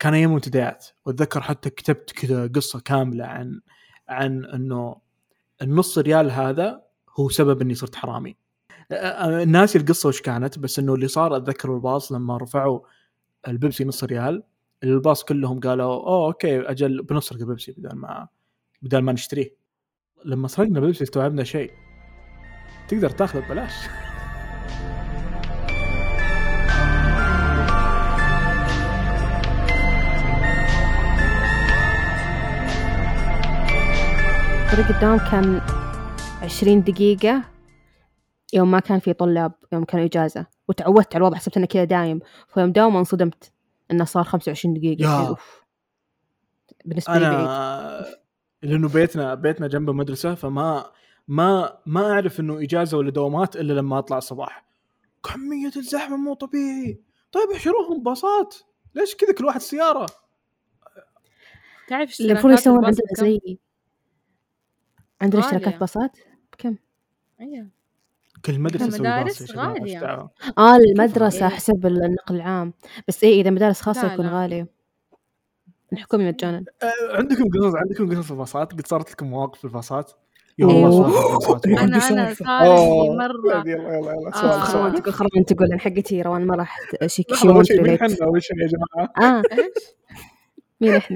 كان أيام منتديات، وأتذكر حتى كتبت كذا قصة كاملة عن إنه النص ريال هذا هو سبب إني صرت حرامي. الناس القصة وش كانت، بس إنه اللي صار أتذكر الباص لما رفعوا البيبسي نص ريال، الباص كلهم قالوا أوكي أجل بنسرق البيبسي بدل ما نشتريه. لما سرقنا البيبسي استوعبنا شيء، تقدر تاخذه ببلاش. طريق الدوام كان 20 دقيقة يوم ما كان في طلاب، يوم كانوا إجازة، وتعودت على الوضع، حسبت أنه كذا دايم. فيوم داوم انصدمت أنه صار 25 دقيقة. أوف. بالنسبة لي بعيد، لأنه بيتنا جنب مدرسة، فما ما أعرف إنه إجازة ولا دوامات إلا لما أطلع الصباح. كمية الزحمة مو طبيعي. طيب احشروهم باصات، ليش كذا كل واحد سيارة؟ تعرف المفروض يسوون عندنا زي عندنا اشتراكات باصات بكم؟ أيوة. كل مدارس غالية. المدرسة حسب النقل العام، بس إذا مدارس خاصة يكون غالي. الحكومي مجانا. عندكم قصص الباصات؟ قد صارت لكم مواقف في الباصات؟ أنا صارت مرة. يلا خربان تقول عن حقتي روان ما راح شيء مين احنا وش يا جماعة؟ مين احنا؟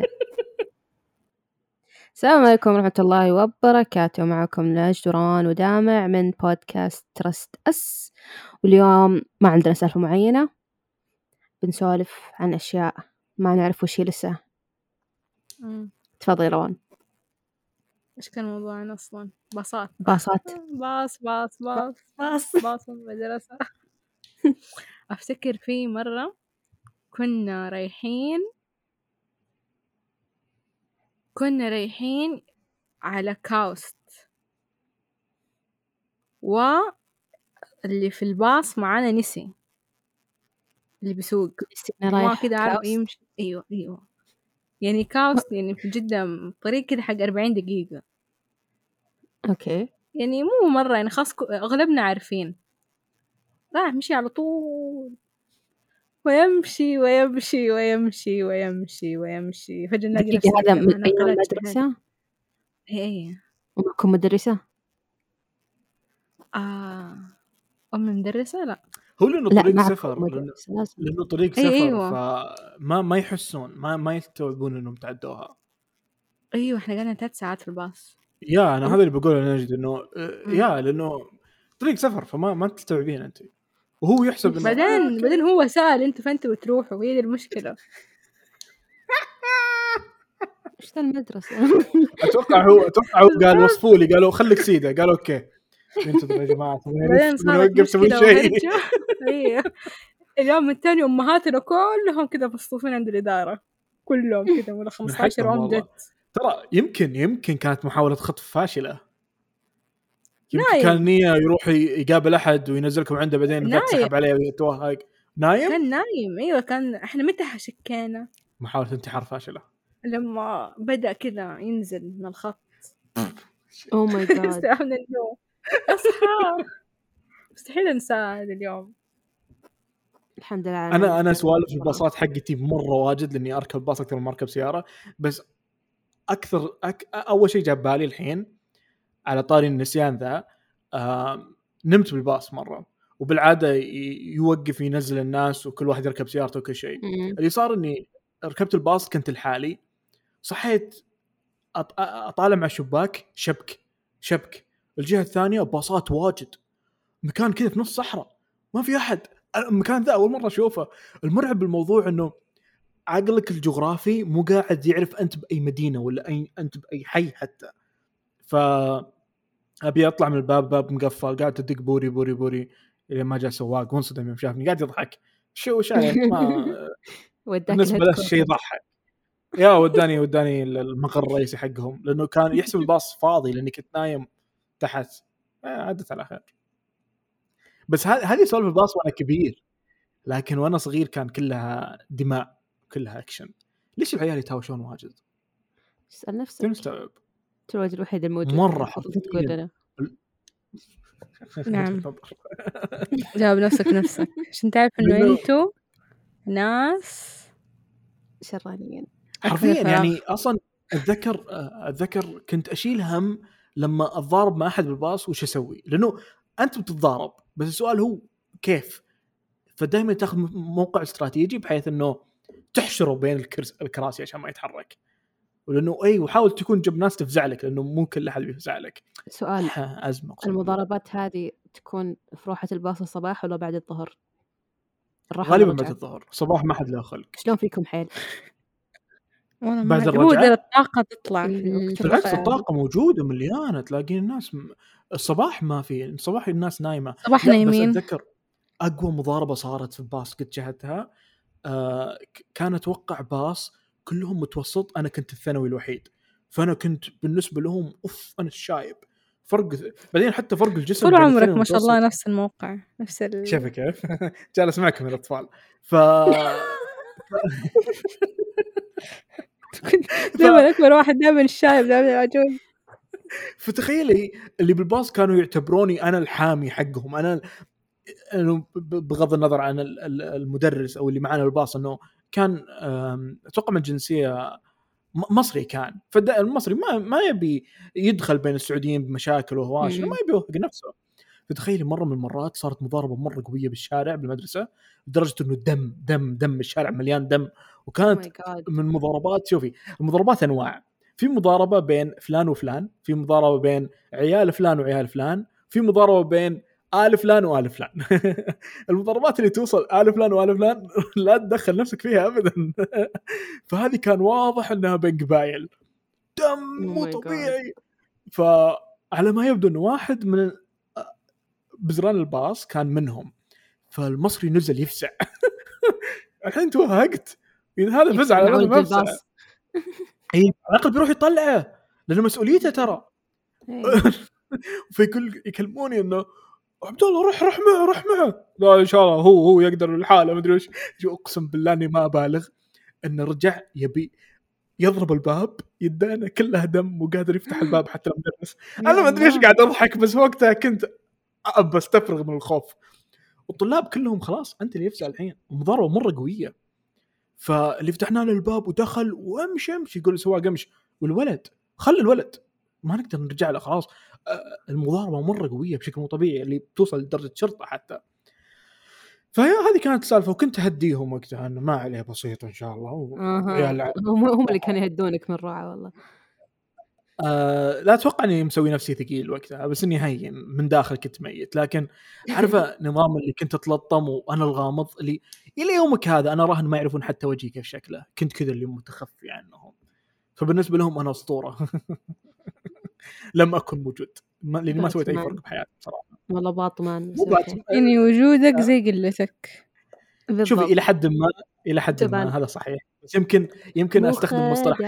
السلام عليكم ورحمة الله وبركاته. معكم نجد روان ودامع من بودكاست ترست أس. واليوم ما عندنا سالفة معينة، بنسولف عن أشياء ما نعرف وش هي لسه. تفضلي روان. إيش كان موضوعنا أصلاً؟ باصات باص مدرسة. أفتكر في مرة كنا رايحين على كاوست، واللي في الباص معانا نسي اللي بيسوق ما كده عارف يمشي. أيوة يعني كاوست يعني في جدة طريق كده حق 40 دقيقة. أوكي يعني مو مرة يعني خاص أغلبنا عارفين. راح مشي على طول ويمشي فجأة نلاقي نفسنا هذا من أيام المدرسة. إيه ومعكم مدرسة؟ أم مدرسة لا هو لأنه طريق سفر، لأنه طريق سفر. أيوة. فما يحسون ما يستوعبون إنهم تعدوها. أيوة إحنا قعدنا 3 ساعات في الباص. أنا هذا اللي بقوله. أنا أجد إنه لأنه طريق سفر فما تستوعبين أنت، وهو يحسب إنه بعدين هو سأل أنت فأنت بتروحوا، وهي المشكلة. إيش ذا المدرسة؟ أتوقع هو قال وصفوا لي، قالوا خليك سيدة، قالوا أوكي انتوا يا جماعة نوقف تبون شيء. أيه اليوم الثاني أمهاتنا كلهم كذا مصطوفين عند الإدارة، كلهم كذا ولا 15 أم جت. ترى يمكن كانت محاولة خطف فاشلة. يمكن كان نية يروح يقابل أحد وينزلكم عنده، بعدين تسحب عليه ويتوهق. كان نايم. أيوة كان. إحنا متى شكينا محاولة انتحار فاشلة لما بدأ كذا ينزل من الخط. أوه ماي جاد. استعمل اليوم أصحى مستحيل أنسى هذا اليوم. الحمد لله. أنا سوالف الباصات حقتي مرة واجد، لأني أركب باص أكثر من مركب سيارة. بس أول شيء جاب بالي الحين على طاري النسيان ذا، نمت بالباص مرة، وبالعادة يوقف ينزل الناس وكل واحد يركب سيارته وكل شيء. اللي صار إني ركبت الباص كنت لحالي، صحيت أطالع مع الشباك، شبك الجهة الثانية باصات واجد، مكان كذا في نص صحراء ما في أحد. المكان ذا أول مرة أشوفه. المرعب بالموضوع إنه عقلك الجغرافي مو قاعد يعرف أنت بأي مدينة ولا أنت بأي حي حتى. أبي أطلع من الباب، باب مقفل، قاعد تدق بوري إلى ما جاء سواق وانصدم يوم شافني قاعد يضحك. شو ما بالنسبة له شيء يضحك. وداني المقر الرئيسي حقهم، لأنه كان يحسب الباص فاضي لأني كنت نايم تحت. عدت على خير. بس هذه سولف الباص وأنا كبير، لكن وأنا صغير كان كلها دماء كلها أكشن. ليش العيال يتهاوشون واجد؟ اسأل نفسك. تستوعب الوجه الوحيد الموجود مرة تقول لنا. نعم. جاوب نفسك عشان تعرف إنه أنتوا ناس شرانيين حرفيا يعني اصلا اتذكر كنت اشيل هم لما اتضارب مع احد بالباص وش اسوي، لانه انت بتتضارب بس السؤال هو كيف. فدائما تاخذ موقع استراتيجي بحيث انه تحشره بين الكراسي عشان ما يتحرك، ولانه وحاول تكون جنب ناس تفزع لك، لانه مو كل احد بيفزع لك. سؤال ازمه. المضاربات هذه تكون في روحة الباص الصباح ولا بعد الظهر؟ غالبا بعد الظهر، صباح ما حد له خلق. شلون فيكم حيل؟ بعد الرجعة الطاقة تطلع بالعكس الطاقة موجودة مليانة، تلاقين الناس الصباح ما في، الصباح الناس نايمة، صباح نايمين. بس أتذكر أقوى مضاربة صارت في الباص قد شاهدتها، كانت توقع باص كلهم متوسط، أنا كنت الثانوي الوحيد، فأنا كنت بالنسبة لهم أنا الشايب، بعدين حتى فرق الجسم. طول عمرك ما شاء الله نفس الموقع نفس شايفه كيف جالس معكم من الأطفال دائما أكبر واحد، دائما الشايب، دائما العجوز. فتخيلي اللي بالباص كانوا يعتبروني أنا الحامي حقهم، أنا بغض النظر عن المدرس أو اللي معنا بالباص، أنه كان أتوقع من جنسية مصري كان، فالمصري ما يبي يدخل بين السعوديين بمشاكل وهواش، ما يبي يوهق نفسه. فتخيلي مرة من المرات صارت مضاربة مرة قوية بالشارع بالمدرسة، لدرجة إنه دم الشارع مليان دم. وكانت من مضاربات، شوفي المضاربات أنواع، في مضاربة بين فلان وفلان، في مضاربة بين عيال فلان وعيال فلان، في مضاربة بين آل فلان وآل فلان. المضاربات اللي توصل آل فلان وآل فلان لا تدخل نفسك فيها أبدا. فهذه كان واضح أنها بين قبائل، دم مو طبيعي. فعلى ما يبدو أنه واحد من بزران الباص كان منهم، فالمصري نزل يفزع. الحين توهقت، هذا فزع على ما فزع. اي على الاقل بيروح يطلعه لانه مسؤوليته ترى. في كل يكلموني انه عبد الله روح معه لا ان شاء الله هو يقدر الحاله ما ادري ايش. اقسم بالله اني ما ابالغ انه رجع يبي يضرب الباب، يدانا كلها دم وقادر يفتح الباب حتى المدرس. انا ما ادري ايش قاعد اضحك، بس وقتها كنت بستفرغ من الخوف. والطلاب كلهم خلاص انت اللي يفزع الحين، مضاربه مره قويه. فاللي فتحنا له الباب ودخل وامشي يقول سواق امشي، والولد خلي الولد ما نقدر نرجع له خلاص. المضاربه مره قويه بشكل مو طبيعي، اللي بتوصل لدرجه شرطه حتى. فهذه كانت السالفه، وكنت اهديهم وقتها انه ما عليه بسيط ان شاء الله. هم اللي كانوا يهدونك من روعه والله. لا اتوقع اني مسوي نفسي ثقيل وقتها، بس اني هين من داخل كنت ميت. لكن عارفه نظام اللي كنت اتلطم وانا الغامض، اللي الى يومك هذا انا راهن ما يعرفون حتى وجهي كيف شكله، كنت كذا اللي متخفي عنهم. فبالنسبه لهم انا اسطوره. لم اكن موجود لاني ما سويت اي فرق بحياتي صراحه. والله باطمان يعني وجودك زي قلتك. شوفي الى حد ما هذا صحيح، بس يمكن استخدم مصطلح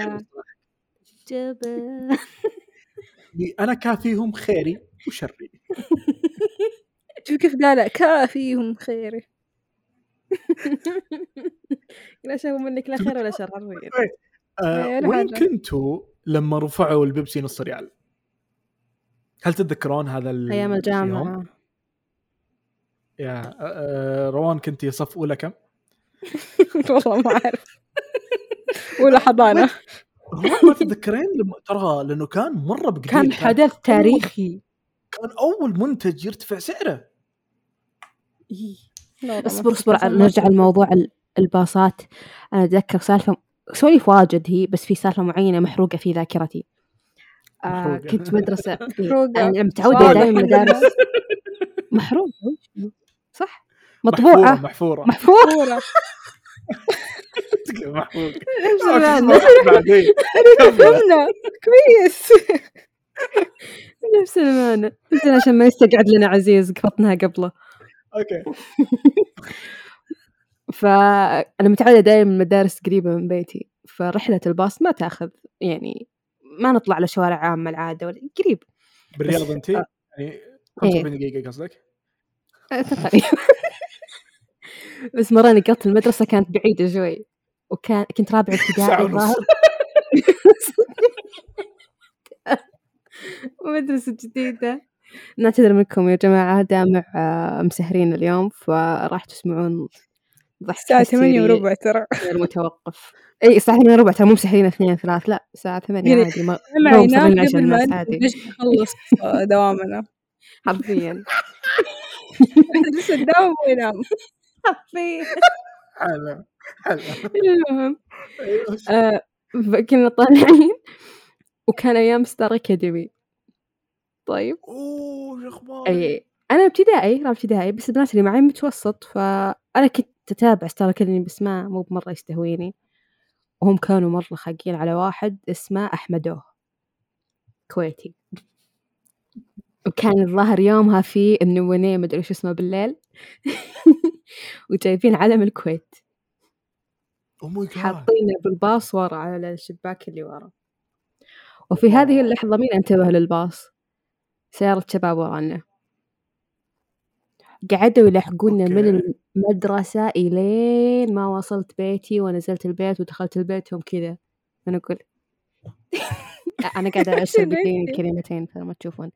أنا كافيهم خيري وشري. شوف كيف لا كافيهم خيري. لا شافوا منك لا خير ولا شر. وين كنتوا لما رفعوا البيبسي نص ريال؟ هل تتذكرون هذا أيام الجامعة؟ يا روان كنتي صف أولى كم؟ والله ما أعرف. ولا حضانة. ما تتذكرين ترى، لأنه كان مرة بقديم، كان حدث تاريخي، كان أول منتج يرتفع سعره. اصبر نرجع الموضوع الباصات. أنا أتذكر سالفة سوالف واجد هي، بس في سالفة معينة محروقة في ذاكرتي. كنت مدرسة يعني متعودة دائما مدارس محروقة صح، مطبوعة محفورة. كويس. نفس المعنى عشان ما يستقعد لنا عزيز قفطناها قبله. اوكي. فأنا متعودة دائما المدارس قريبة من بيتي، فرحلة الباص ما تأخذ يعني ما نطلع لشوارع عامة العادة ولا قريب. بالرياض أنت يعني 45 دقيقة قصدك؟ تقريبا. بس مرة نقلت المدرسة كانت بعيدة شوي، كنت رابع ابتدائي الظاهر. ومدرسة جديدة. نعتذر منكم يا جماعة، دامع مسهرين اليوم فراح تسمعون الساعة 8:15 ترى غير متوقف. اي الساعة 8:15 ترى مو مسحرين 2-3 لا الساعة 8 يعني عادي ما نام قبل ما نخلص دوامنا حرفيا. لسه الدوام وينام حرفيا. حلو المهم كنا طالعين وكان أيام ستار أكاديمي. طيب شو أخبار؟ أي أنا ابتدائي بس البنات اللي معي متوسط، فأنا كنت أتابع ستار أكاديمي بس مو بمرة يستهويني، وهم كانوا مرة خاقين على واحد اسمه أحمدوه كويتي، وكان الظاهر يومها في النونية مدري شو اسمه بالليل وجايبين علم الكويت حاطينه بالباص ورا على الشباك اللي ورا. وفي هذه اللحظة مين انتبه للباص؟ سيارة شباب ورانا، قعدوا يلحقونا من المدرسة إلين ما وصلت بيتي ونزلت البيت ودخلت البيت هم كذا. أنا أقول أنا قاعدة أشرب بين الكلمتين فما تشوفون.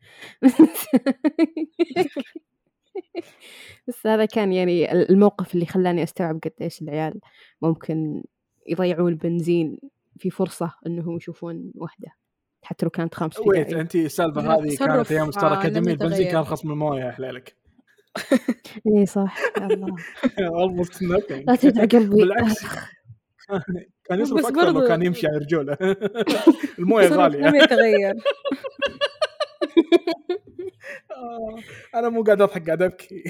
بس هذا كان يعني الموقف اللي خلاني أستوعب قديش العيال ممكن يضيعون البنزين في فرصة أنهم يشوفون وحدة حتى لو كانت 5 دقائق. أنت السالفة هذه كانت أيام ستار أكاديمي البنزين كان خصم الموية أحلالك. إيه صح الله almost nothing. لا تدع قلبي بالعكس كان يصرف أكثر لو كان يمشي على رجوله. الموية غالية لم يتغير. أنا مو قاعد أضحك قاعد أبكي.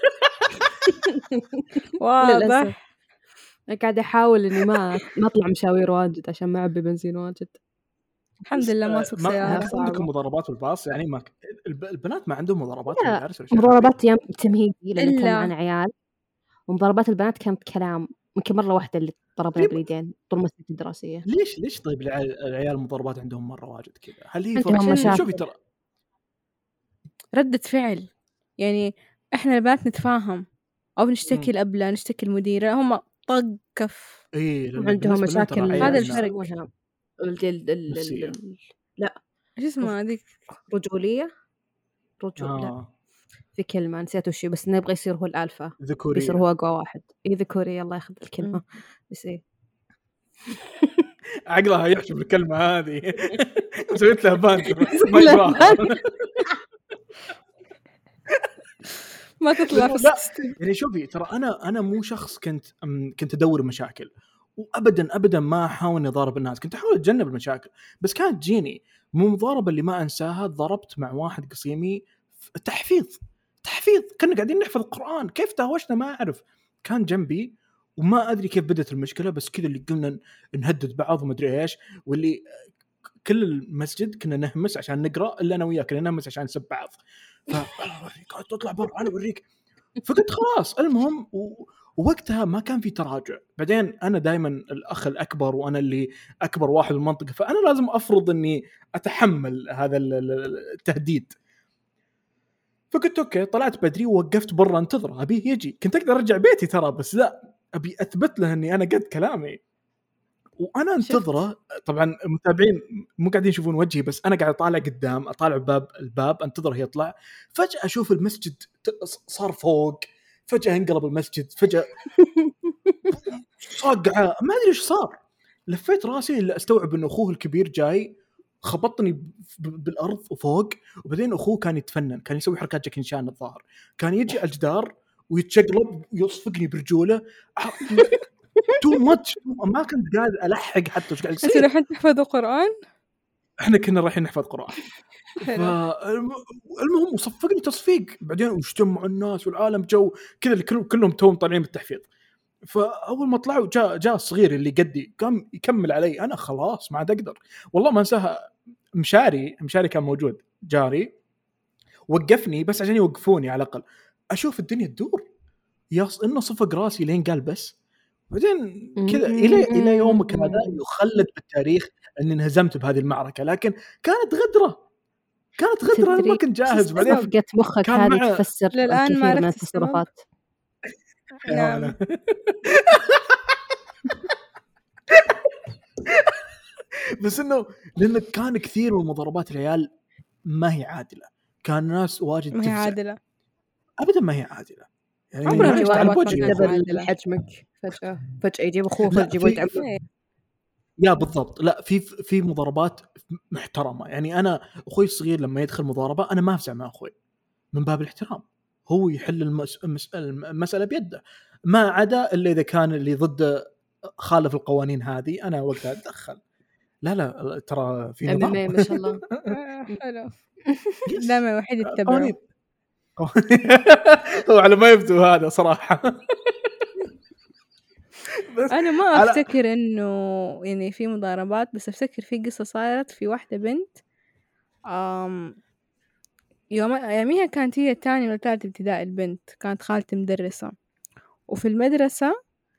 واضح. أنا قاعد أحاول إني ما أطلع مشاوير واجد عشان ما أعبي بنزين واجد. الحمد لله ما سوق سيارة. عندكم مضاربات بالباص يعني؟ ما البنات ما عندهم مضاربات بالدرس؟ مضاربات يوم تمهيدي لأن كان معنا عيال، ومضاربات البنات كانت كلام. يمكن مرة واحدة اللي ضربنا باليدين طول مسيرتي الدراسية. ليش طيب العيال المضاربات عندهم مرة واجد كذا؟ هل هي شوفي ترى ردة فعل يعني إحنا البنات نتفاهم أو نشتكي الأبلة نشتكي المديرة، هم طقف عندهم مشاكل. هذا الفرق. لا ايش اسمها هذيك؟ رجولية لا في كلمة نسيت وش، بس نبغى يصير هو الألفا، يصير هو أقوى واحد. ذكوري الله ياخذ الكلمة بس إيه عقلها يحشم الكلمة هذه. سويت لها باند ما يبغاها ما تطلع في السيستم. يعني شوفي ترى أنا مو شخص كنت أدور مشاكل، وأبدا ما أحاول أضارب الناس، كنت أحاول أتجنب المشاكل. بس كانت جيني مضاربة اللي ما أنساها. ضربت مع واحد قصيمي تحفيظ كنا قاعدين نحفظ القرآن، كيف تهوشنا ما أعرف. كان جنبي وما أدري كيف بدت المشكلة، بس كذا اللي قلنا نهدد بعض وما أدري إيش، واللي كل المسجد كنا نهمس عشان نقرأ، إلا أنا وياك كنا نهمس عشان نسب بعض. قاعد تطلع برا أنا أوريك. فقلت خلاص. المهم ووقتها ما كان في تراجع. بعدين أنا دائما الأخ الأكبر وأنا اللي أكبر واحد بالمنطقة، فأنا لازم أفرض أني أتحمل هذا التهديد. فقلت أوكي، طلعت بدري ووقفت برا انتظر أبيه يجي. كنت أقدر أرجع بيتي ترى، بس لا، أبي أثبت له أني أنا قد كلامي. وأنا انتظره. طبعا المتابعين مو قاعدين يشوفون وجهي، بس أنا قاعد أطالع قدام، أطالع الباب انتظره يطلع. فجأة أشوف المسجد صار فوق، فجأة انقلب المسجد، فجأة صقعة، ما أدري إيش صار. لفيت راسي إلا أستوعب إنه أخوه الكبير جاي خبطني بالأرض وفوق. وبعدين أخوه كان يتفنن، كان يسوي حركات جاكين شان الظاهر، كان يجي على الجدار ويتشقلب ويصفقني برجوله. تو ماتش، ما كنت قاعد ألحق حتى وش قاعد يصير. أنت رايحين تحفظوا قرآن؟ إحنا كنا رايحين نحفظ قرآن. المهم وصفقني تصفيق. بعدين واجتمعوا الناس والعالم جو كذا اللي كلهم توم طالعين بالتحفيظ. فأول ما طلعوا جاء الصغير اللي قدي قام يكمل علي. أنا خلاص ما عاد أقدر. والله ما أنساها، مشاري كان موجود جاري، وقفني بس عشان يوقفوني على الأقل أشوف الدنيا تدور. إنه صفق راسي لين قال بس. بعدين كذا إلى يومك هذا يخلد بالتاريخ أني انهزمت بهذه المعركة، لكن كانت غدرة أنا ما كنت جاهز. بعدين فقت مخك هذه تفسر الكثير من التصرفات. نعم. بس إنه لأن كان كثير من مضاربات العيال ما هي عادلة، كان ناس واجد ما هي عادلة أبدا، ما هي عادلة. يعني على بوجهي حجمك فجأة يجيب أخوه يجيبه يتعبه. يا بالضبط. لا في مضاربات محترمة. يعني أنا أخوي الصغير لما يدخل مضاربة أنا ما أفزع مع أخوي من باب الاحترام. هو يحل المسألة بيده، ما عدا إلا إذا كان اللي ضده خالف القوانين هذه أنا وقتها أتدخل. لا ترى في نظام ما شاء الله. حلو. دائما وحيد يتبعه. هو على ما يبدو هذا صراحة. أنا ما أفتكر إنه يعني في مضاربات، بس أفتكر في قصة صارت في واحدة بنت يوميها كانت هي تاني ولا ثالث ابتدائي. البنت كانت خالتي مدرسة، وفي المدرسة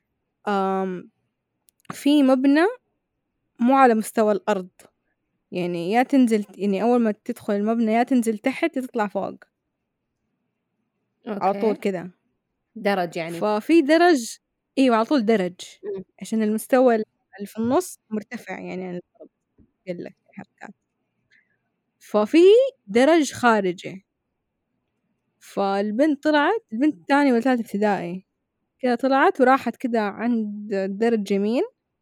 في مبنى مو على مستوى الأرض، يعني يا تنزل، يعني أول ما تدخل المبنى يا تنزل تحت يا تطلع فوق. على طول كده درج يعني. ففي درج، ايوه على طول درج عشان المستوى اللي في النص مرتفع يعني عن الأرض يقول لك حركات. ففي درج خارجي، فالبنت طلعت، البنت تاني ولا ثالث ابتدائي كده، طلعت وراحت كده عند الدرج يمين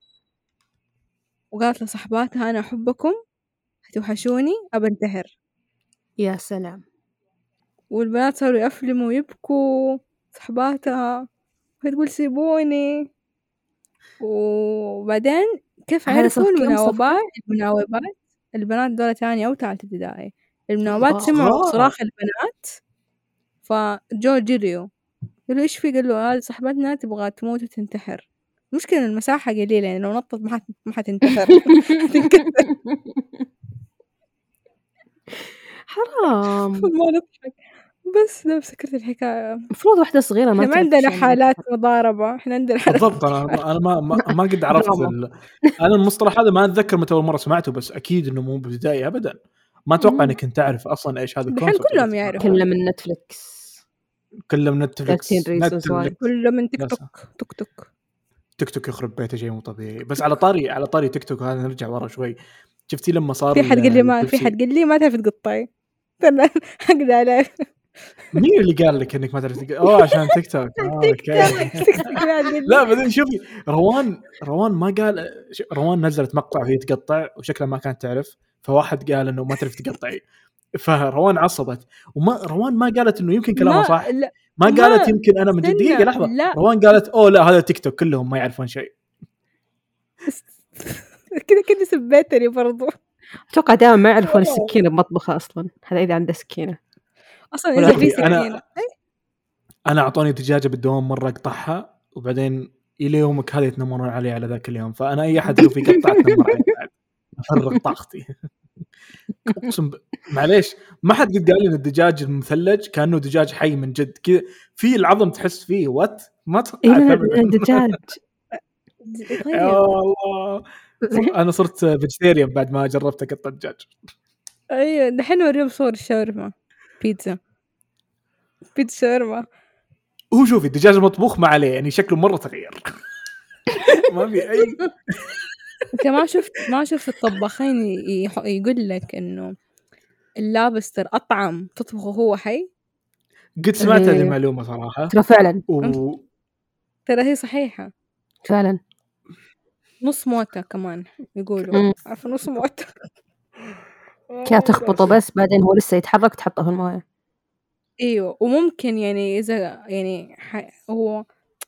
وقالت لصحباتها أنا أحبكم هتوحشوني أبى انتحر. يا سلام. والبنات صاروا يأفلموا ويبكوا صحباتها وتقول سيبوني. وبعدين كيف عرفوا المناوبات البنات دولة تانية أو ثالث ابتدائي، المناوبات سمعوا صراخ البنات فجو جريوا قالوا إيش في، قالوا هذه صاحبتنا تبغى تموت وتنتحر. المشكلة المساحة قليلة يعني لو نطت ما حتنتحر. حرام. ما نضحك بس ده سكرت الحكاية. المفروض واحدة صغيرة ما عندنا حالات مضاربة، إحنا عندنا حالات بالضبط. أنا ما قد عرفت أنا المصطلح هذا ما أتذكر متى أول مرة سمعته، بس أكيد إنه مو بداية أبدا. ما أتوقع إنك كنت تعرف أصلا إيش هذا الكونسبت. كلهم يعرفوا. كله من نتفليكس. كله من تيك توك يخرب بيته شيء مو طبيعي. بس على طاري تيك توك هذا نرجع ورا شوي. شفتي لما صار في حد قال لي ما تعرف تقطعي انا حقد عليك. مين اللي قال لك انك ما تعرف تقطعي؟ عشان تيك توك. لا بعدين شوفي روان ما قال. روان نزلت مقطع وهي تقطع وشكلها ما كانت تعرف، فواحد قال انه ما تعرف تقطعي، فروان عصبت. روان ما قالت انه يمكن كلامه صح، ما قالت يمكن انا من دقيقه لحظه. روان قالت لا هذا تيك توك كلهم ما يعرفون شيء. كده سبيتني برضو. اتوقع دائما ما يعرفون السكينه بمطبخها اصلا. هذا اذا عنده سكينه اصلا اذا في سكينه. انا اعطوني دجاجه بالدوام مره اقطعها وبعدين الى يومك هذا يتنمرون علي على ذاك اليوم. فانا اي احد يشوف يقطع تنمر علي، افرغ طاقتي. اقسم معليش ما حد قد قال لي ان الدجاج المثلج كانه دجاج حي من جد كذا، في العظم تحس فيه وات ما توقعت الدجاج. يا الله انا صرت فيجيتيريان بعد ما جربت اقطع الدجاج. ايوه دحين وريهم صور الشاورما بيتزا شاورما. هو شوفي الدجاج المطبوخ ما عليه يعني شكله مره تغير. ما في اي. انت ما شفت الطباخين يقول لك انه اللابستر اطعم تطبخه هو حي. قد سمعت هذه المعلومه صراحه. ترى فعلا ترى هي صحيحه فعلا. نص موته كمان يقولوا. عارفه نص موته كده تخبطه بس بعدين هو لسه يتحرك تحطه في المويه. ايوه وممكن يعني اذا يعني هو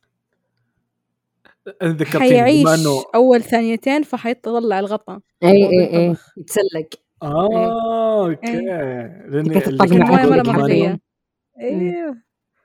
حيعيش اول ثانيتين فحيطلع الغطاء. اي يتسلق. اوكي. لان المويه مره مغليه. ايوه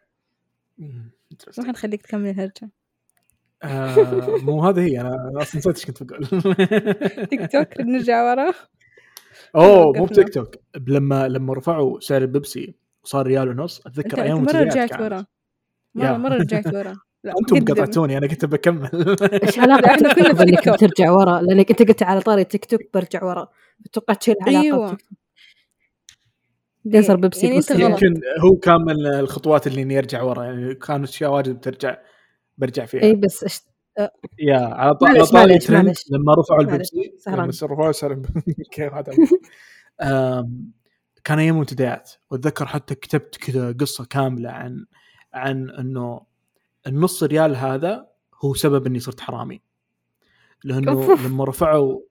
ما حنخليك تكمل الهرجه. مو هذه هي. انا اصلا نسيت ايش كنت بقول. تيك توك نرجع ورا. مو تيك توك. لما رفعوا سعر البيبسي وصار ريال ونص اتذكر ايام مرة رجعت ورا. مرة رجعت ورا. انتم قطعتوني انا كنت بكمل. ايش علاقه احنا كنا في انك بترجع ورا لانك انت قلت على طاري تيك توك برجع ورا توقعت شيء له علاقه بتيك توك. صار بيبسي يعني يمكن هو كامل الخطوات اللي اني ارجع ورا يعني كانت اشياء واجد برجع فيها. اي بس يا على طاري لما رفعوا البيبسي لما رفعوا سعر كيف هذا كان ايام منتديات واتذكر حتى كتبت كذا قصه كامله عن عن انه النص ريال هذا هو سبب اني صرت حرامي، لانه لما رفعوا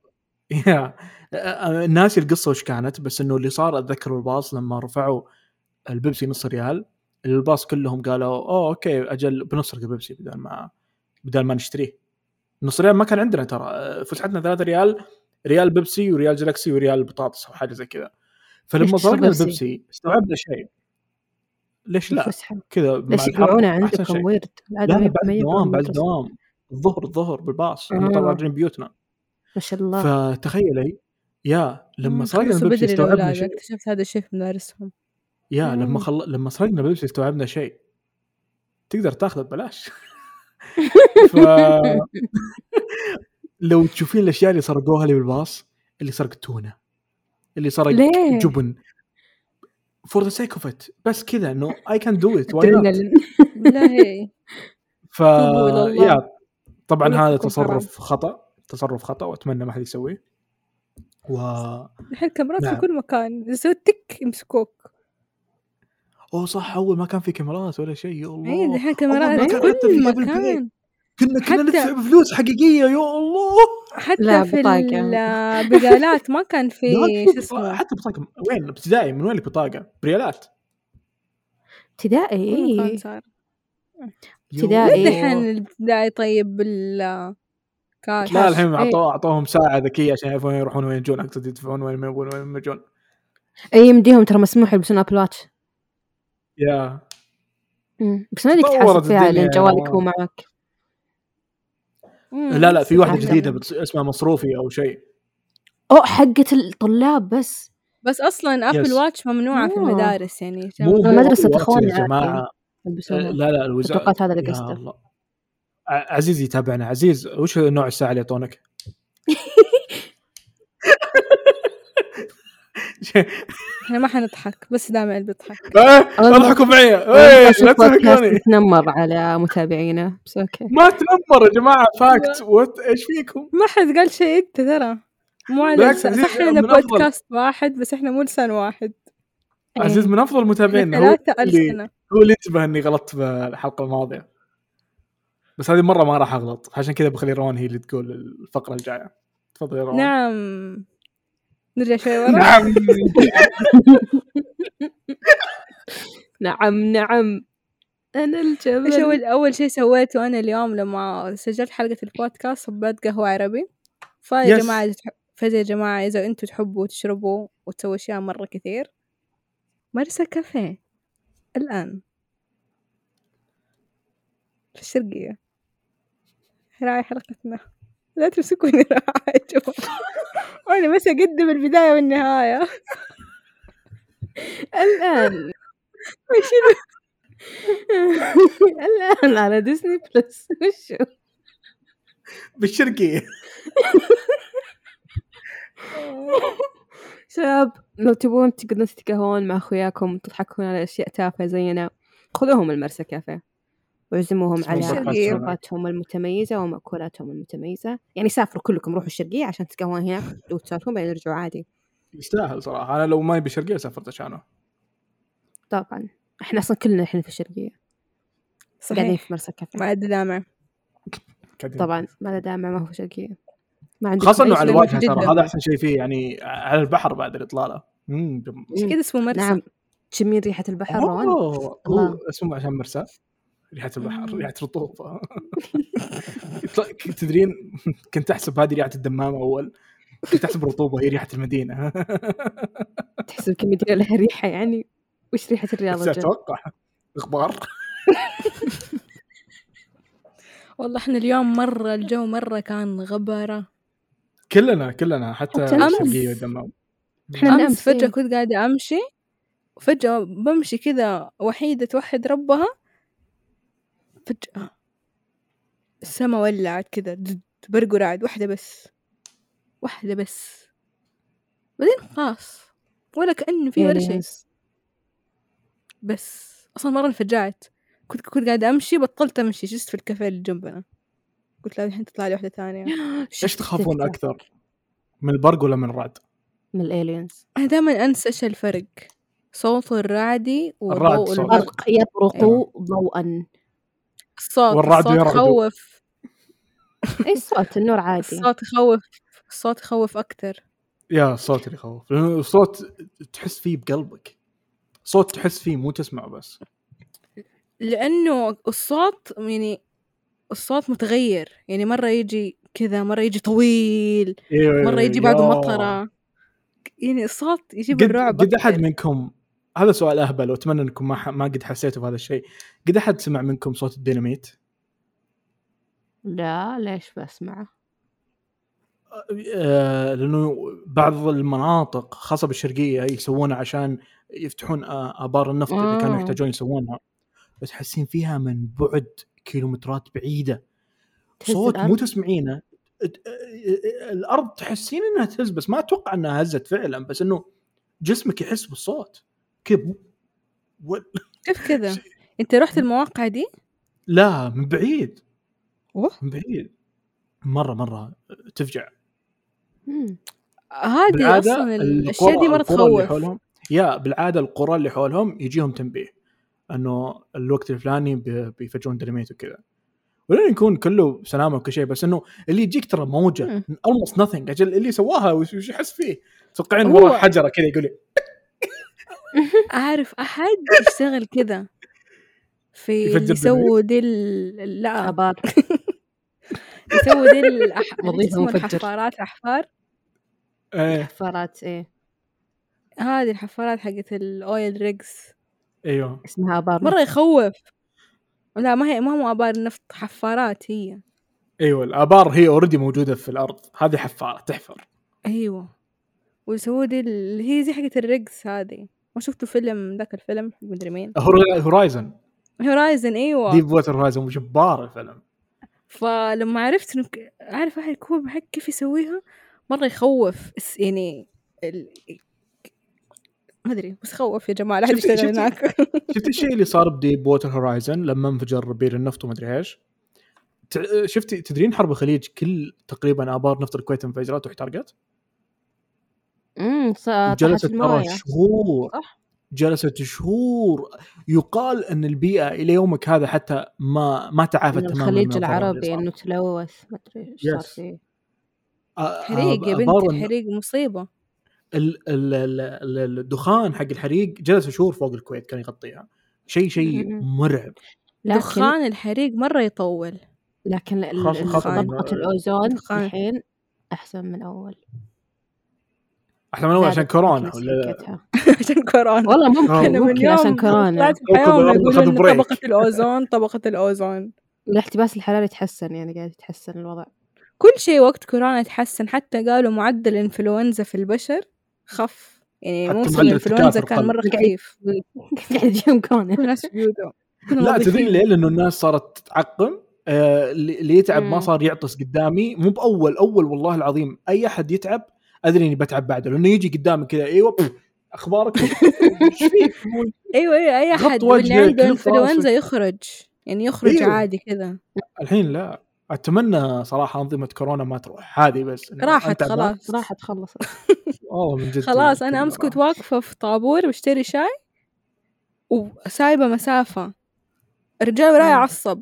الناس القصه وش كانت، بس انه اللي صار اتذكر الباص لما رفعوا البيبسي نص ريال، الباص كلهم قالوا اوكي اجل بنسرق البيبسي بدل ما نشتريه. نص ريال ما كان عندنا ترى، فسحتنا 3 ريال، ريال بيبسي وريال جلاكسي وريال بطاطس او حاجه زي كذا. فلما سرقنا البيبسي استوعبنا شيء، ليش لا كذا ليش يقعونا عندكم ويرد؟ لا بعد دوام الظهر بالباص لما راجعين بيوتنا ما شاء الله. فتخيلي لما سرقنا البيبسي استوعبنا شيء، اكتشفت هذا الشيء في مدارسهم. لما سرقنا البيبسي استوعبنا شيء، تقدر تاخذه ببلاش. لو تشوفين الاشياء اللي سرقوها لي بالباص، اللي سرق تونه، اللي سرق جبن for the sake of it، بس كذا انه I can do it why not. لا هي طبعا هذا تصرف خطأ واتمنى ما حد يسويه. الحين كاميرات في كل مكان، إذا سويت تك يمسكوك. صح، اول ما كان في كاميرات ولا شيء. يا الله ايه الحين كاميرات في كل مكان، كنا ندفع بفلوس حقيقيه. يا الله حتى في البقالات ما كان في شو اسمه. حتى بطاقه وين ابتدائي؟ من وين البطاقه؟ بريالات ابتدائي. ابتدائي الحين الابتدائي. طيب بالكاش لا الحين اعطوهم ساعه ذكيه عشان يعرفون يروحون وين يجون، اقصد يدفعون وين ما يبون وين ما يجون. يمديهم ترى مسموح يلبسون ابل واتش. بس ما ادري تحاسب فيها لان جوالك مو معك. لا في واحدة جديدة اسمها مصروفي أو شيء. حقة الطلاب بس أصلاً أبل واتش ممنوعة في المدارس يعني. مدرسة أخواني يا جماعة. لا الوزارة. توقعت هذا اللي قصده. عزيز يتابعنا. عزيز وش نوع الساعة اللي يعطونك؟ احنا ما حنضحك بس دائما اللي بيضحك. اضحكوا معي. لا تضحكوني. تنمر على متابعينا بس اوكي. ما تنمر يا جماعه، فاكت ايش فيكم؟ ما حد قال شيء انت ترى مو على احنا بودكاست واحد بس احنا مو لسان واحد. عزيز من افضل متابعينا، هو اللي انتبه اني غلطت بالحلقه الماضيه، بس هذه مره ما راح اغلط، عشان كذا بخلي روان هي اللي تقول الفقره الجايه. تفضل يا روان. نعم نرجع شوي ورا. نعم أنا الجبل. إيش أول شيء سويته أنا اليوم لما سجلت حلقة البودكاست؟ صبيت قهوة عربي. يا جماعة إذا أنتوا تحبوا تشربوا وتسوي أشياء مرة كثير، مرسى كافيه الآن في الشرقية. راعي حلقتنا، لا تمسكوني راعي وأنا بس أقدم البداية والنهاية. الآن الآن على ديزني بلس. وشو بالشرقية. شباب لو تبون تقدرون تتقهون مع أخوياكم وتضحكون على أشياء تافهة زينا، خذوهم المرسى كافيه وعزموهم على شرباتهم المتميزة ومأكولاتهم المتميزة. يعني سافروا كلكم، روحوا الشرقية عشان تتقهون هناك وتسافرون بعدين يرجعوا عادي. يستاهل صراحة. أنا لو ما يبي الشرقية سافرت عشانه. طبعا إحنا أصلا كلنا الحين في الشرقية قاعدين في مرسى كافيه. ما عاد دامع طبعا ما دامع ما هو في الشرقية، ما عندك خاصة إنه على الواجهة ترى هذا أحسن شيء فيه، يعني على البحر بعد الإطلالة. مش كده اسمه مرسى. نعم تشمين ريحة البحر. هو اسمه عشان مرسى ريحة البحر، ريحة رطوبة. تدرين كنت أحسب هذه ريحة الدمامة أول، كنت أحسب رطوبة هي ريحة المدينة. تحسب كمدينة لها ريحة يعني؟ وش ريحة الرياض؟ أتوقع غبار. والله إحنا اليوم مرة الجو مرة كان غبرة. كلنا حتى الشرقية والدمام. أمس فجأة كنت قاعدة أمشي وفجأة بمشي كذا وحيدة توحد ربها، فجأة السما ولعت كذا برق ورعد، واحدة بس بعدين خلاص ولا كأنه في ولا شيء. بس أصلا مرة انفجعت، كنت قاعدة أمشي بطلت أمشي، جلست في الكافيه اللي جنبنا، قلت لا الحين تطلع لي واحدة ثانية. إيش تخافون أكثر، من البرق ولا من الرعد؟ من الالينز. أنا دائما أنسى إيش الفرق. صوت الرعد الرعد وضوء صوت. البرق يبرق ضوءا. والرعد الصوت يرعد. يخوف. اي الصوت النور عادي. الصوت يخوف أكتر. يا الصوت اللي يخوف، لأنه صوت تحس فيه بقلبك، صوت تحس فيه مو تسمع بس. لأنه الصوت يعني الصوت متغير، يعني مرة يجي كذا، مرة يجي طويل، مرة يجي بعده مطرة، يعني الصوت يجيب الرعب. قد أحد منكم، هذا سؤال أهبل وأتمنى أنكم ما قد حسيتوا بهذا الشيء، قد أحد سمع منكم صوت الديناميت؟ لا ليش بسمعه؟ لأنه بعض المناطق خاصة بالشرقية يسوونها عشان يفتحون آبار النفط إذا كانوا يحتاجون يسوونها، بس حاسين فيها من بعد كيلومترات بعيدة، صوت مو تسمعينه. الأرض تحسين إنها تهز بس ما أتوقع إنها هزت فعلا، بس إنه جسمك يحس بالصوت كيف. كيف كذا؟ أنت رحت المواقع دي؟ لا من بعيد. من بعيد مرة تفجع. هذه أصلا الأشياء دي مرة تخوف. يا بالعادة القرى اللي حولهم يجيهم تنبيه أنه الوقت الفلاني بيفجرون ديناميت وكذا، ولين يكون كله سلامة وكل شيء، بس إنه اللي يجيك ترى موجة almost nothing. أجل اللي سواها وش يحس فيه؟ توقعين ورا حجرة كذا يقولي. أعرف أحد يشتغل كذا في يسووا دي لا أبار يسووا دي الحفارات حفارات هذه الحفارات حقت الأويل ريجز. أيوة اسمها أبار. مرة يخوف. لا ما هو أبار النفط، حفارات هي. أيوة الآبار هي أوريدي موجودة في الأرض، هذه حفارة تحفر. أيوة ويسووا دي اللي هي زي حقت الريجز هذه. ما شفتوا فيلم ذاك الفيلم مدري مين؟ هورايزن. أيوة ديب ووتر هورايزن جبار الفيلم. فلما عرفت إنه عارف أحد كيف يسويها مرة يخوف يعني ما أدري بس خوف يا جماعة. لا حد يشتغل هناك. شفت الشيء اللي صار بديب ووتر هورايزن لما انفجر بير النفط وما أدري إيش؟ شفتي تدرين حرب الخليج كل تقريبا آبار نفط الكويت انفجرت واحترقت. جلست شهور يقال أن البيئة إلى يومك هذا حتى ما تعافت تماما. الخليج العربي إنه تلوث ما أدري إيش صار فيه. حريق يا بنتي، الحريق مصيبة. الدخان حق الحريق جلس شهور فوق الكويت كان يغطيها، شيء مرعب. دخان الحريق مرة يطول، لكن طبقة الأوزون الحين أحسن من أول. أحسن من أول عشان كورونا ولا عشان كورونا؟ والله ممكن عشان كورونا. يقولون طبقة الأوزون الاحتباس الحراري يتحسن، يعني قاعد يتحسن الوضع. كل شيء وقت كورونا يتحسن، حتى قالوا معدل الإنفلونزا في البشر خف، يعني موسم الإنفلونزا كان مرة خفيف. قاعد يجيهم كورونا الناس بيودوا. لا تدري ليه؟ لأنه الناس صارت تتعقم. اللي يتعب ما صار يعطس قدامي، مو بأول والله العظيم أي أحد يتعب أدري إني بتعب بعده، لأنه يجي قدامي كذا أيوة أخبارك أيوة أي أحد اللي عنده إنفلونزا يخرج أيوة. عادي كذا. الحين لا، أتمنى صراحة أنظمة كورونا ما تروح هذه، بس راحت خلاص. من جد خلاص. أنا أمس كنت واقفة في طابور بشتري شاي وسايبة مسافة، الرجال وراي عصب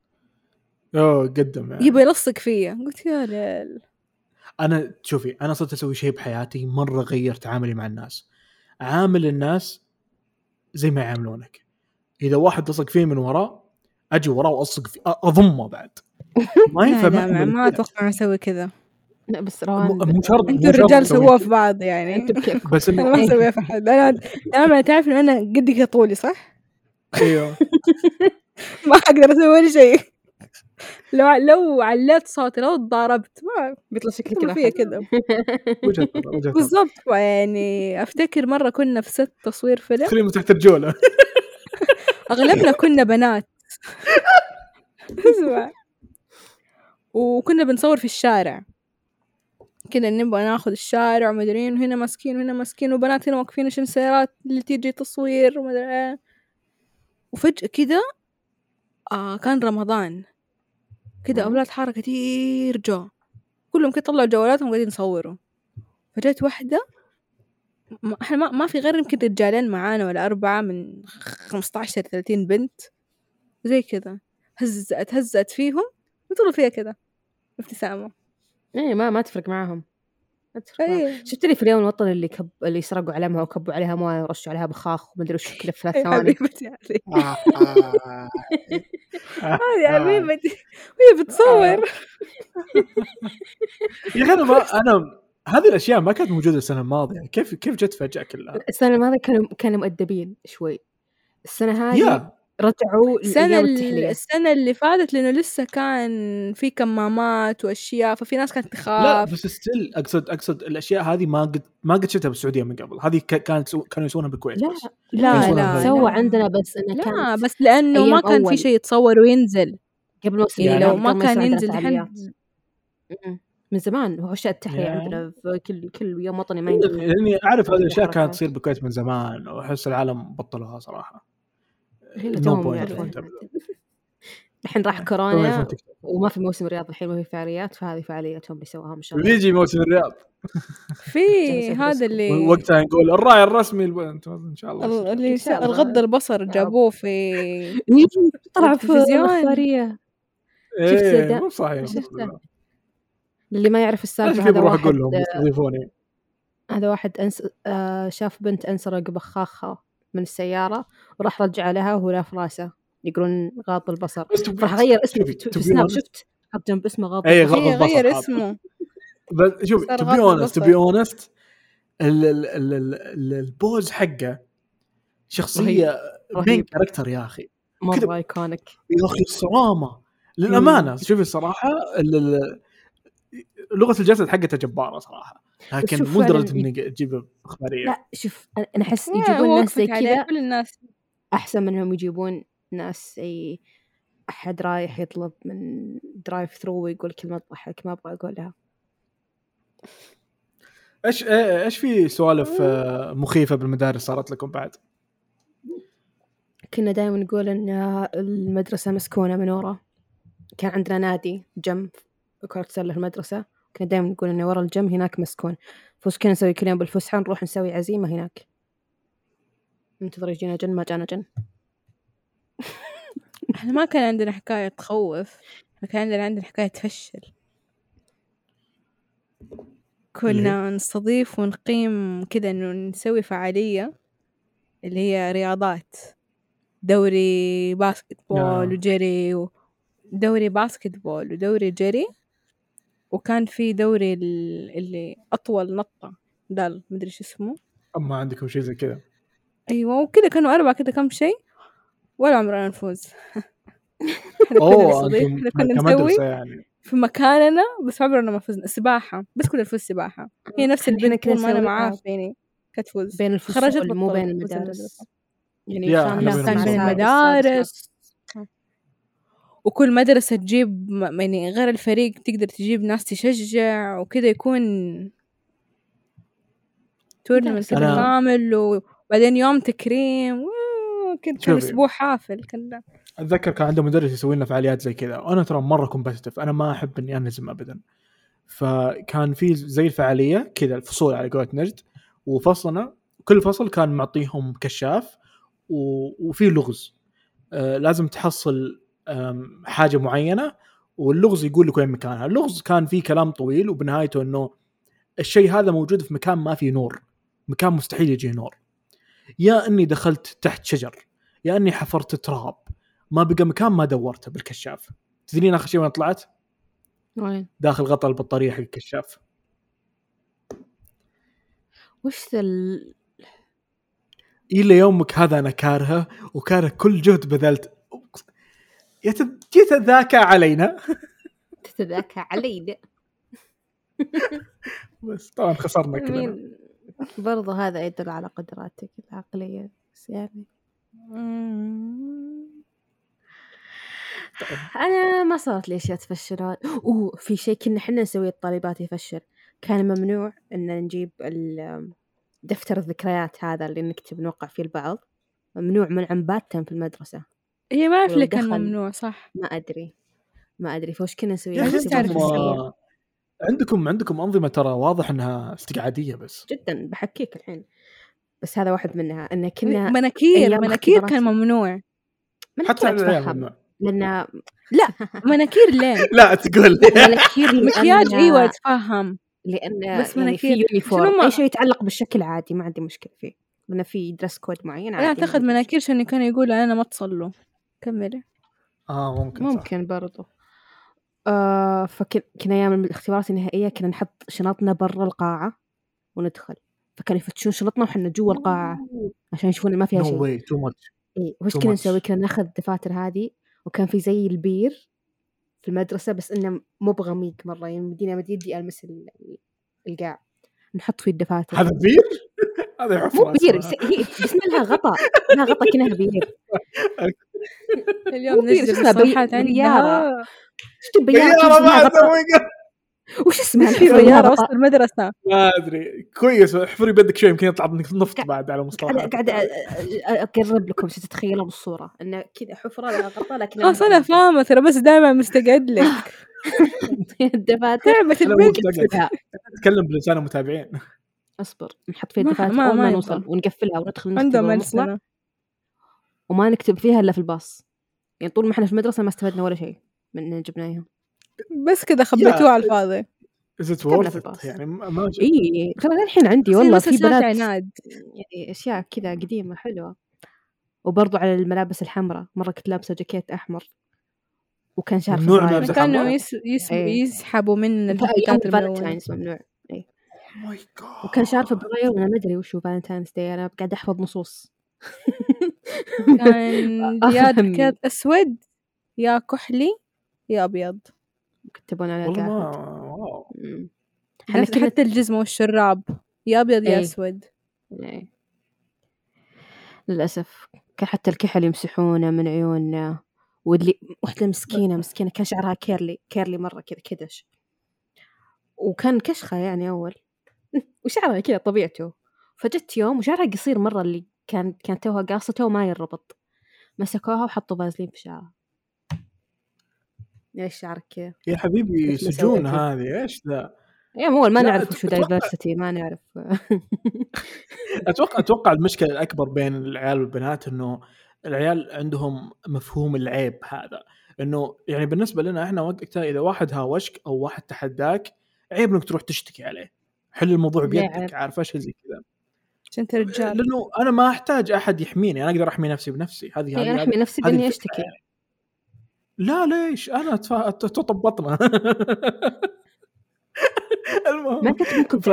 قدم يعني. يبغى يلصق فيا، قلت يا ليل. أنا شوفي، أنا صرت أسوي شيء بحياتي مرة غير تعاملي مع الناس. عامل الناس زي ما يعاملونك. إذا واحد لصق فيه من وراء أجي وراء وألصق فيه، أضمه بعد. ما ينفع. ما أتوقع أسوي كذا. لا بس روان انتوا الرجال سووه في بعض يعني. انتوا بكيف. بس أنا ما أسويها في حد. أنا تعرف إنه أنا قدك طولي صح؟ أيوه. ما أقدر أسوي ولا شيء. لو علّيت صوتي، لو ضاربت ما بيطلع شكلك كذا فيها كذا. بالضبط. يعني أفتكر مرة كنا في ست تصوير فيلم. خلينا تحت الجولة. أغلبنا كنا بنات. اسمع. وكنا بنصور في الشارع كده، نبغى ناخذ الشارع ومدرين، هنا مسكين وهنا مسكين، وبنات هنا واقفين عشان سيارات اللي تيجي تصوير ومدري. وفجأة كده كان رمضان كده، أولاد حارة كتير جو، كلهم كده طلعوا جوالاتهم قاعدين يصوروا. فجأت واحدة احنا ما في غير يمكن رجالين معانا ولا 4 من 15-30 بنت زي كذا، هزت فيهم وطلعوا فيها كذا ابتسامة. ايه ما تفرق معاهم. أيه. شفت لي في اليوم الوطني اللي سرقوا علمها وكبوا عليها مويه ورشوا عليها بخاخ وما ادري وش كذا في 3 ثواني. حبيبتي هذه حبيبتي وهي بتصور. يا أخي أنا هذه الأشياء ما كانت موجودة السنة الماضية، كيف جت فجأة كلها؟ السنة الماضية كانوا مؤدبين شوي، السنة هذه رجعوا السنة اللي فاتت لأنه لسه كان في كمامات وأشياء ففي ناس كانت تخاف. لا بس ستيل أقصد الأشياء هذه ما قد شفتها بالسعودية من قبل. هذه كانوا يسوونها بالكويت. لا سووا عندنا بس إنه كان بس لأنه ما كان في شيء يتصور وينزل قبل موسم. يعني لو ما كان ينزل من زمان هو أشياء التحرير عندنا في كل يوم وطني ما ينزل. يعني أعرف هذه الأشياء كانت تصير بالكويت من زمان وأحس العالم بطلوها صراحة. الحين راح كورونا وما في موسم رياض الحين، ما في فعاليات، فهذه فعالياتهم اللي سواها إن شاء الله. بيجي موسم الرياض في هذا اللي وقتها نقول الراعي الرسمي البنت إن شاء الله اللي الغض البصر جابوه في طلع في التلفزيون. شفت مو صحيح. اللي ما يعرف السالفة هذا واحد أقول لهم يستضيفوني. هذا واحد شاف بنت أنسرق بخاخها من السيارة وراح رجع لها وهو لا في راسه، يقولون غاض البصر. راح غير اسمه شفت حط جنب اسمه غاض البصر. غير اسمه. بس شوف to be honest البوز حقه شخصية بين كاركتر يا أخي مرة ايكونيك يا أخي الصرامة للأمانة. شوفي الصراحة لغة الجسد حقته جبارة صراحة، لكن مو درجة إني أجيب إخبارية. لا شوف أنا أحس يجيبون ناس زي كذا كل الناس أحسن منهم يجيبون ناس أي أحد رايح يطلب من درايف ثرو ويقول كلمة تضحك ما أبغى أقولها. إيش في سوالف مخيفة بالمدارس صارت لكم بعد؟ كنا دائما نقول إن المدرسة مسكونة من ورا. كان عندنا نادي جنب كرة سلة في المدرسة، كنا دائما نقول إن ورا الجنب هناك مسكون. فوش كنا نسوي كل يوم بالفسحة نروح نسوي عزيمة هناك، ننتظر يجينا جن، ما جانا جن. احنا ما كان عندنا حكاية تخوف، كان عندنا حكاية تفشل. كنا نستضيف ونقيم كذا إنه نسوي فعالية اللي هي رياضات، دوري باسكتبول وجري ودوري باسكتبول ودوري جري، وكان في دوري اللي أطول نطة دال مدري شو اسمه. أما عندكم شيء زي كذا؟ أيوة وكذا كانوا 4 كذا كم شيء ولا عمرنا نفوز. كنا نسوي يعني في مكاننا بس عمرنا ما فزنا. السباحة بس كنا نفوز سباحة، هي نفس البنت كل ما أنا معاه فيني كتفوز بين الفصول مو بين المدارس يعني كان بين المدارس وكل مدرسة تجيب يعني غير الفريق تقدر تجيب ناس تشجع وكذا يكون تورنمنت كامل وبعدين يوم تكريم كان أسبوع حافل. كنا أتذكر كان عنده مدرس يسوي لنا فعاليات زي كذا، وأنا ترى مرة كومبتيتيف، أنا ما أحب إني أنهزم أبدا. فكان في زي الفعالية كذا الفصول على قولة نجد، وفصلنا كل فصل كان معطيهم كشاف وفي لغز لازم تحصل حاجة معينة، واللغز يقول لك وين مكانها. اللغز كان فيه كلام طويل وبنهايته إنه الشيء هذا موجود في مكان ما فيه نور، مكان مستحيل يجي نور، يا أني دخلت تحت شجر، يا أني حفرت تراب، ما بقى مكان ما دورته بالكشاف. تدرين آخر شيء وين طلعت؟ وين؟ داخل غطاء البطارية حق الكشاف. وش إلى يومك هذا أنا كارهه وكاره كل جهد بذلت. يتذاكى علينا تتذاكى علينا بس طبعا خسرنا كلنا. برضو هذا يدل على قدراتك العقلية بس يعني. طيب. أنا ما صارت لي أشياء تفشل. في شيء كنا حنا نسويه الطالبات يفشل، كان ممنوع أن نجيب دفتر الذكريات هذا اللي نكتب نوقع فيه البعض، ممنوع منعا باتا في المدرسة. هي ما أعرف اللي كان ممنوع صح، ما أدري فوش كنا نسوي. عندكم أنظمة ترى واضح أنها استقعادية بس جدا. بحكيك الحين بس هذا واحد منها. إن كنا مناكير كان ممنوع حتى أتفهم لأن لا مناكير لين لا تقول مناكير مكياج أيوة أتفهم لأن بس يعني في يونيفورم أي شيء يتعلق بالشكل عادي ما عندي مشكلة فيه لأن في درس كود معين. أنا أعتقد مناكير عشان كانوا يقولوا أنا ما تصلوا كملي. ممكن برضو. فكنا أيام الاختبارات النهائية كنا نحط شنطنا برا القاعة وندخل فكانوا يفتشون شنطنا وحنا جوا القاعة عشان يشوفون ما فيها شيء. وش كنا نسوي؟ كنا ناخذ الدفاتر هذه وكان في زي البير في المدرسة بس إنه مو بغميق مرة يعني مدينة مديدي ألمس القاع نحط فيه الدفاتر. هذا بير؟ هذا حفرة مو بير هي بسم لها غطا لها غطا كأنها بير. اليوم نزل الصفحات عندها شو بيارة وش اسمها بيارة وسط المدرسة ما أدري. كويس احفري بدك شوي يمكن يطلع منك نفط بعد على مصطلحات. قاعد أقرب لكم شو تتخيلوا بالصورة إنه كذا حفرة لها غطا لكن أنا فاهمة ترى بس دائما مستقعد لك الدفاتر تكلم بلسان المتابعين. أصبر نحط فيها الدفاتر أول ما نوصل ونقفلها وندخل ونطلع وما نكتب فيها إلا في الباص يعني طول ما إحنا في المدرسة ما استفدنا ولا شيء من جبناها بس كذا خبيتوها على الفاضي. يعني ما إيه خلاص الحين عندي والله في بنات عناد يعني أشياء كذا قديمة حلوة. وبرضو على الملابس الحمراء مرة كنت لابسة جاكيت أحمر وكان شعر كانوا يسحبوا من الجاكيتات الملونة ممنوع. إيه وكان شعر فبراير وأنا ما أدري وشو فالنتاينز داي أنا قاعد أحفظ نصوص. كان يا جاكيت أسود يا كحلي يا أبيض كتبون على حتى الجزمة والشراب يا أبيض يا أسود. للأسف كان حتى الكحل يمسحونه من عيوننا. واللي واحدة مسكينة كان شعرها كيرلي مرة كذا كدش وكان كشخة يعني أول وشعرها كذا طبيعته. فجت يوم وشعرها قصير مرة اللي كانت توها قاصته وما يربط مسكوها وحطوا بازلين في شعرها. ليش شعرك كذا يا حبيبي سجون هذه إيش ذا يا مو ما نعرف شو دايفرسيتي ما نعرف. أتوقع المشكلة الأكبر بين العيال والبنات إنه العيال عندهم مفهوم العيب هذا إنه يعني بالنسبة لنا إحنا وقتها إذا واحد هاوشك أو واحد تحداك عيب إنك تروح تشتكي عليه حل الموضوع بيدك عارف إيش زي كذا عشان ترجال لأنه أنا ما أحتاج أحد يحميني أنا أقدر أحمي نفسي بنفسي. هذه أنا أحمي نفسي بإني أشتكي. لا ليش أنا تطبطنا المهم ما كنت منكم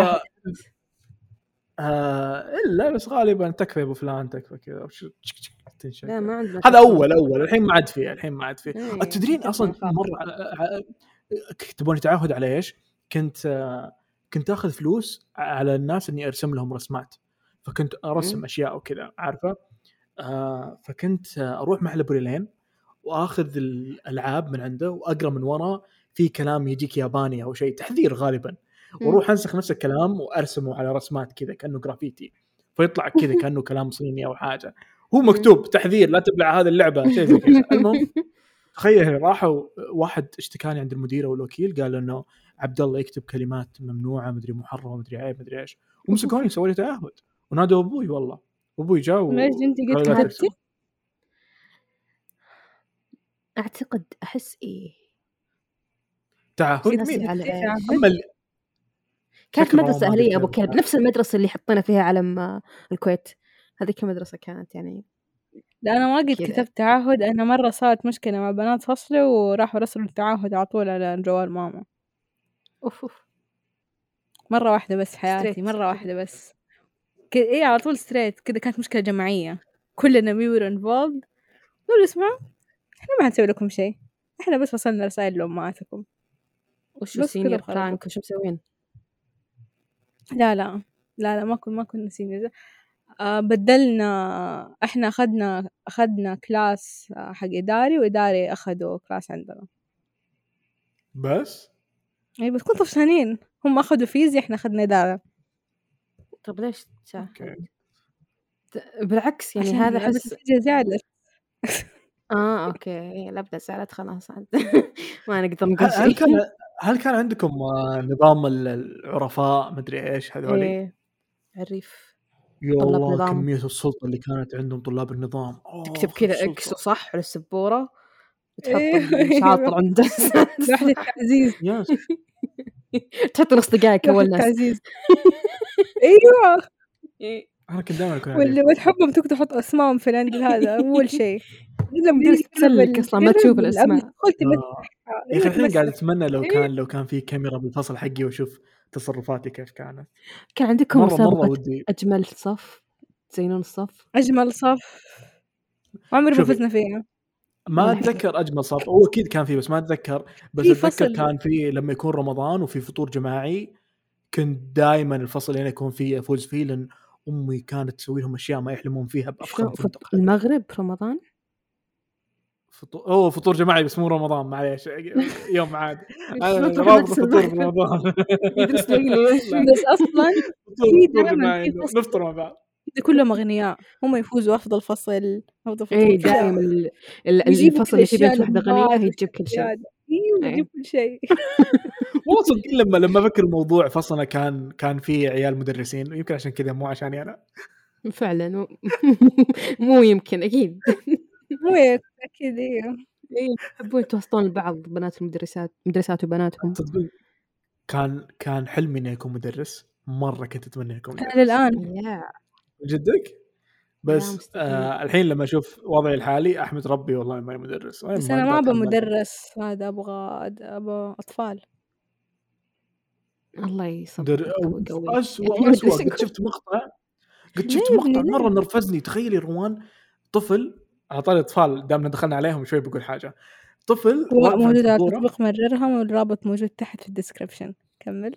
إلا بس غالبا تكفى أبو فلان تكفى كذا لا ما عندنا هذا أول الحين ما عاد فيه تدرين أصلا مرة كتبوني تعهد على إيش كنت أخذ فلوس على الناس إني أرسم لهم رسمات فكنت أرسم أشياء وكذا عارفة فكنت أروح محل بريلين وأخذ الألعاب من عنده وأقرأ من وراء في كلام يجيك ياباني أو شيء تحذير غالبا وروح أنسخ نفس الكلام وأرسمه على رسمات كذا كأنه جرافيتي فيطلع كذا كأنه كلام صيني أو حاجة هو مكتوب تحذير لا تبلع هذه اللعبة شيء زي كذا. المهم تخيل راحوا واحد اشتكاني عند المدير أو الوكيل قال إنه عبد الله يكتب كلمات ممنوعة مدري محرمة مدري عيب مدري إيش ومسكوني سووا لي تعهد ونادوا أبوي والله أبوي جاء ليش أنت قلت كتبتي؟ أعتقد أحس تعهد مين أما كانت مدرسة أهلية أبو كلب نفس المدرسة اللي حطينا فيها علم الكويت هذه كمدرسة كانت يعني. لا أنا ما قد كتبت تعهد أنا مرة صارت مشكلة مع بنات فصلي وراحوا رسلوا التعهد على طول على جوال ماما. أوف مرة واحدة بس حياتي مرة واحدة بس إيه على طول ستريت كده كانت مشكلة جماعية كلنا we were involved. قولوا اسمعوا إحنا ما هنسوي لكم شيء إحنا بس وصلنا رسائل لأمهاتكم وشو سينيور فرانك وشو مسوين. لا ما كنا سينيور بدلنا إحنا أخذنا كلاس حق إداري وإداري أخذوا كلاس عندنا بس بس كنتوا فشانين هم أخذوا فيزياء إحنا أخذنا إدارة. طب ليش بالعكس يعني هذا حس زعلت أوكي لا بدأ زعلت خلاص ما نقدر نقول شيء. هل كان عندكم نظام العرفاء مدري إيش هذول عريف يا طلاب الله نظام. كمية السلطة اللي كانت عندهم طلاب النظام. تكتب كذا اكس وصح على السبورة وتحط إيه. الشاطر عند لوحة التعزيز. يس تحط نص دقائق لوحة أول ناس. التعزيز. ايوه أنا كنت دائما أكون واللي عليه. ما تحبهم تحط اسمائهم في العند هذا اول شيء. مدرس تسلك أصلا ما تشوف الأسماء. يا أخي الحين قاعد أتمنى لو كان في كاميرا بالفصل حقي وأشوف تصرفاتي كيف كانت. كان عندكم مرة مسابقة ودي. أجمل صف تزينون الصف؟ اجمل صف عمري ما شوفي. فزنا فيها. ما أتذكر أجمل صف، هو أكيد كان فيه بس ما أتذكر. بس في أتذكر فصل. كان فيه لما يكون رمضان وفي فطور جماعي كنت دائما الفصل اللي يكون فيه أفوز فيه، لأن أمي كانت تسوي لهم أشياء ما يحلمون فيها بأفخم فندق. المغرب في رمضان؟ فطور جماعي بس مو رمضان، معليش يوم عادي. أنا رابط فطور رمضان. يدرس لي بس اصلا فطور جماعي نفطر مع بعض. كلهم اغنياء هم يفوزوا افضل فصل افضل فطور. اي دائما الفصل اللي فيه بنت واحده غنيه هي تجيب كل شيء. ايوه تجيب كل شيء. والله لما افكر الموضوع فصلنا كان فيه عيال مدرسين، يمكن عشان كذا مو عشاني انا. فعلا مو يمكن اكيد. مو اكيد. ايوه يحبون يتوسطون البعض بنات مدرسات وبناتهم. تصدقون كان حلمي اني اكون مدرس، مره كنت اتمنى اكون مدرس. انا الان جدك بس الحين لما اشوف وضعي الحالي احمد ربي والله ما مدرس. بس انا ما ابغى مدرس، هذا ابغى اطفال. الله يصبرك. أسوأ قد شفت مقطع مرة نرفزني. تخيلي روان طفل على طاري أطفال دامنا دخلنا عليهم شوي بقول حاجة. طفل موجودة تطبيق مررها والرابط موجود تحت في الديسكريبشن. كمل.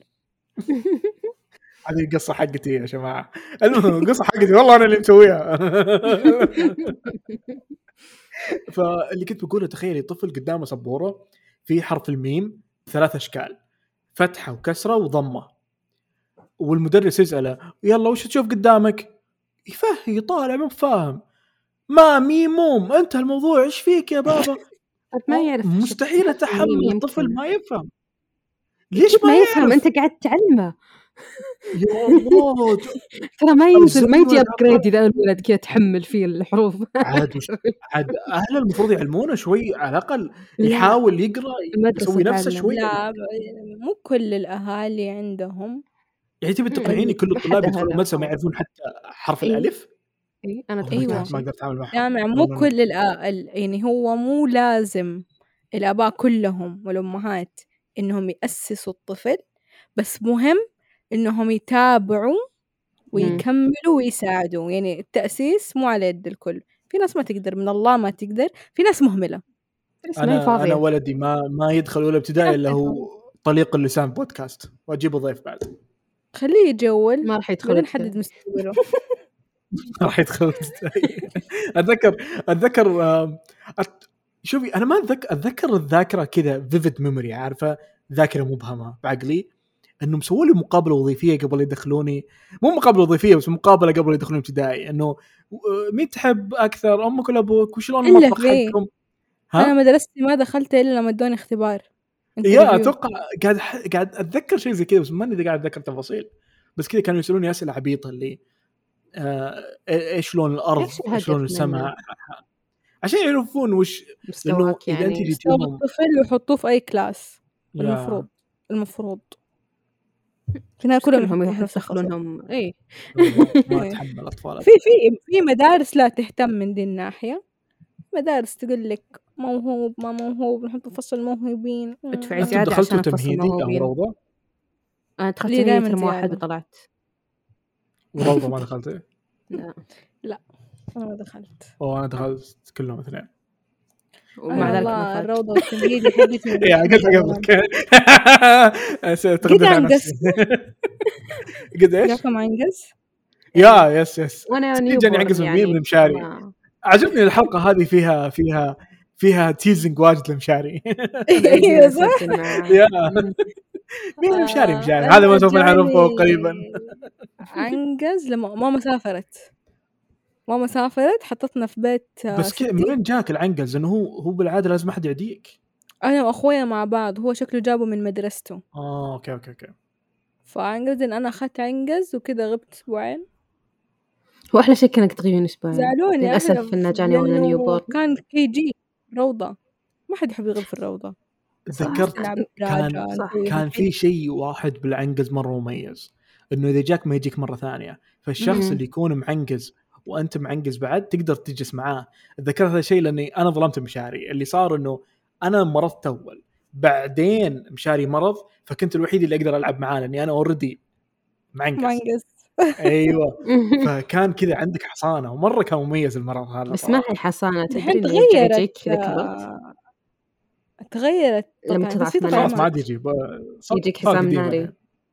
هذه قصة حقتي يا جماعة. المهم قصة حقتي والله أنا اللي مسويها. فاللي كنت بقوله تخيلي طفل قدامه سبورة في حرف الميم 3 أشكال، فتحة وكسرة وضمة، والمدرس يسأله يلا وش تشوف قدامك؟ يفهم يطالع مو فاهم. ما ميموم انت الموضوع ايش فيك يا بابا؟ ما يعرف. مستحيل اتحمل الطفل ما يفهم. ليش ما يفهم؟ انت قاعد تعلمه يا الله. ترى ما ينزل ما يجي ابجريد اذا الولد كذا تحمل فيه الحروف. عاد اهل المفروض يعلمونه شوي على الاقل يحاول يقرا يسوي نفسه شوي. لا مو كل الاهالي عندهم. يعني تبي تقنعيني كل الطلاب يدخلوا المدرسه ما يعرفون حتى حرف الالف؟ انا ايوه ما اقدر اتعامل معهم. جامع مو كل يعني هو مو لازم الاباء كلهم والامهات انهم ياسسوا الطفل، بس مهم انهم يتابعوا ويكملوا ويساعدوا. يعني التاسيس مو على يد الكل. في ناس ما تقدر، من الله ما تقدر، في ناس مهمله. انا ولدي ما يدخل ولا ابتدائي الا هو طليق اللسان بودكاست واجيبه ضيف بعد. خليه يتجول ما راح يدخل. نحدد مستقبله. راح يدخل. اتذكر شوفي انا ما اتذكر الذاكره كذا فيفيد ميموري، عارفه ذاكره مبهمه بعقلي، انه مسوي لي مقابله وظيفيه قبل يدخلوني. مو مقابله وظيفيه بس مقابله قبل يدخلوني ابتدائي، انه مين تحب اكثر امك ولا ابوك وشلون المطبخ حقكم. انا مدرستي ما دخلت الا لما ادوني اختبار. يا اتوقع قاعد اتذكر شيء زي كذا بس ماني قاعد اتذكر تفاصيل. بس كذا كانوا يسالوني اسئله عبيطه اللي ايش لون الارض ايش لون السماء عشان يعرفون وش انه يعني اذا انت جيتيهم الطفل ويحطوه في اي كلاس. المفروض فينا كلهم يدخلونهم اي ما تحمل الاطفال. في مدارس لا تهتم من دي الناحيه. مدارس تقول لك موهوب ما موهوب نحط فصل موهوبين. ادفع زياده عشان تمهيدي او روضه. انا دخلت تمهيدي ترم واحد وطلعت. وروضه ما دخلتي؟ لا انا ما دخلت. انا دخلت كلهم 2 ومع ذلك ما الروضه والتمهيدي حقتي. يا قلت تقدر عنقس. قد ايش جاكم عنقس. يس وانا جاني عنقس من المشاري. عجبني الحلقه هذه فيها تيزنج واجد للمشاري. ايوه صح. مين المشاري هذا ما سوف نعرفه قريبا. عنقز لما ماما سافرت حطتنا في بيت. بس كذا منين جاك العنقز؟ انه هو بالعاده لازم احد يعديك. انا واخويا مع بعض، هو شكله جابه من مدرسته. اوكي فعنقز ان انا اخذت عنقز وكذا غبت 2 أسبوع. هو أحلى شيء كانك تغيرين أسبوعين. زعلوني للأسف إنه جاني ولا نيوبورن. كان KG روضة، ما حد يحب يغيب في الروضة. تذكرت كان في شيء واحد بالعنقز مرة مميز، إنه إذا جاك ما يجيك مرة ثانية. فالشخص اللي يكون معنقز وأنت معنقز بعد تقدر تجلس معاه. تذكرت هذا الشيء لأني أنا ظلمت مشاري. اللي صار إنه أنا مرضت أول، بعدين مشاري مرض، فكنت الوحيد اللي أقدر ألعب معاه لأني أنا أوردي معنقز. أيوة. فكان كذا عندك حصانة، ومرة كان مميز المرض هذا. بس ما هي حصانة، الحين تغيرت لما تضعف خلاص ما عاد يجيك حزام ناري.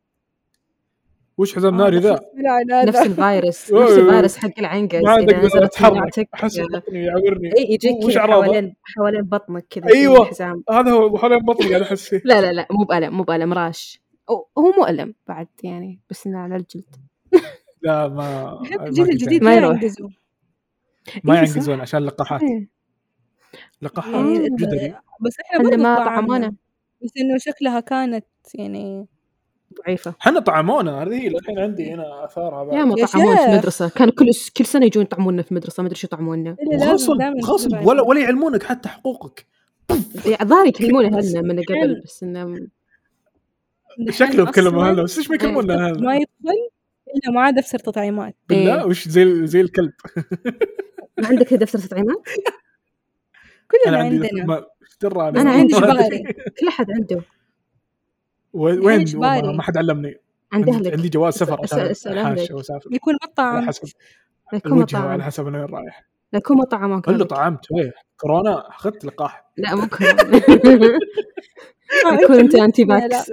وش حزام ناري ذا؟ نفس الفيروس، نفس الفيروس حق العنقز. إذا نزلت مناعتك أحس بطني يعورني. يجيك حوالين بطنك كذا. أيوة هذا هو حوالين بطني قاعد أحس فيه. لا مو بألم راش، هو مؤلم بعد يعني، بس إنه على الجلد. لا ما الجديد ما يروح، ما ينقزون عشان لقاحات. لقاحات جدري. بس إحنا ما طعمونا، بس إنه شكلها كانت يعني ضعيفة. حنا طعمونا هذه الحين عندي هنا أثارها. يا ما طعمونا في المدرسة، كان كل سنة يجون يطعمونا في المدرسة، ما أدري شو يطعمونا. غصب ولا يعلمونك حتى حقوقك. ضاري يكلمونا هلنا من قبل، بس إنه شكله بكلمه هلا، بس إيش ما يكلمونا هلا. ما يدخل إلا معاه دفتر تطعيمات. بالله وش زي الكلب. ما عندك دفتر تطعيمات؟ كلنا عندنا. أنا عندي جباري، كل أحد عنده. وين ما حد علمني. عندي جواز سفر عشان يكون مطعم. الوجه على حسب أنا وين رايح. لكم مطعم كله طعمت ويه كورونا أخذت لقاح. لا مو كورونا. كنت أنتي باكس.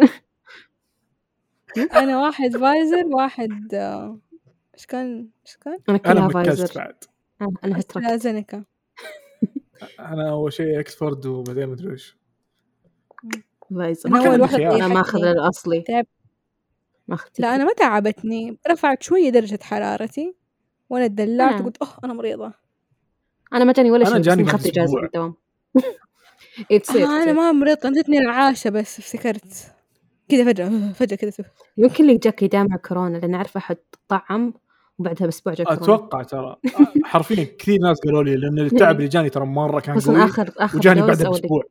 أنا واحد فايزر، واحد إيش كان أنا كلها فايزر بعد. أنا أسترازينيكا. أنا أول شيء إكسفورد وبعدين ما أدري إيش فايزر. أنا ما أخذ الأصلي. لا أنا ما تعبتني، رفعت شوية درجة حرارتي وأنا دلعت وقلت أنا مريضة. أنا ما جاني ولا شيء، بس أخذت إجازة بالدوام. أنا ما مريضة، نزلتني العاشة بس افتكرت كذا فجأة كذا. يمكن اللي جاك يدامع كورونا، لأن أعرف أحد طعم وبعدها بأسبوع جاك كورونا. أتوقع ترى حرفيا كثير ناس قالوا لي، لأن التعب اللي جاني ترى مرة كان قوي. آخر وجاني بعد أسبوع.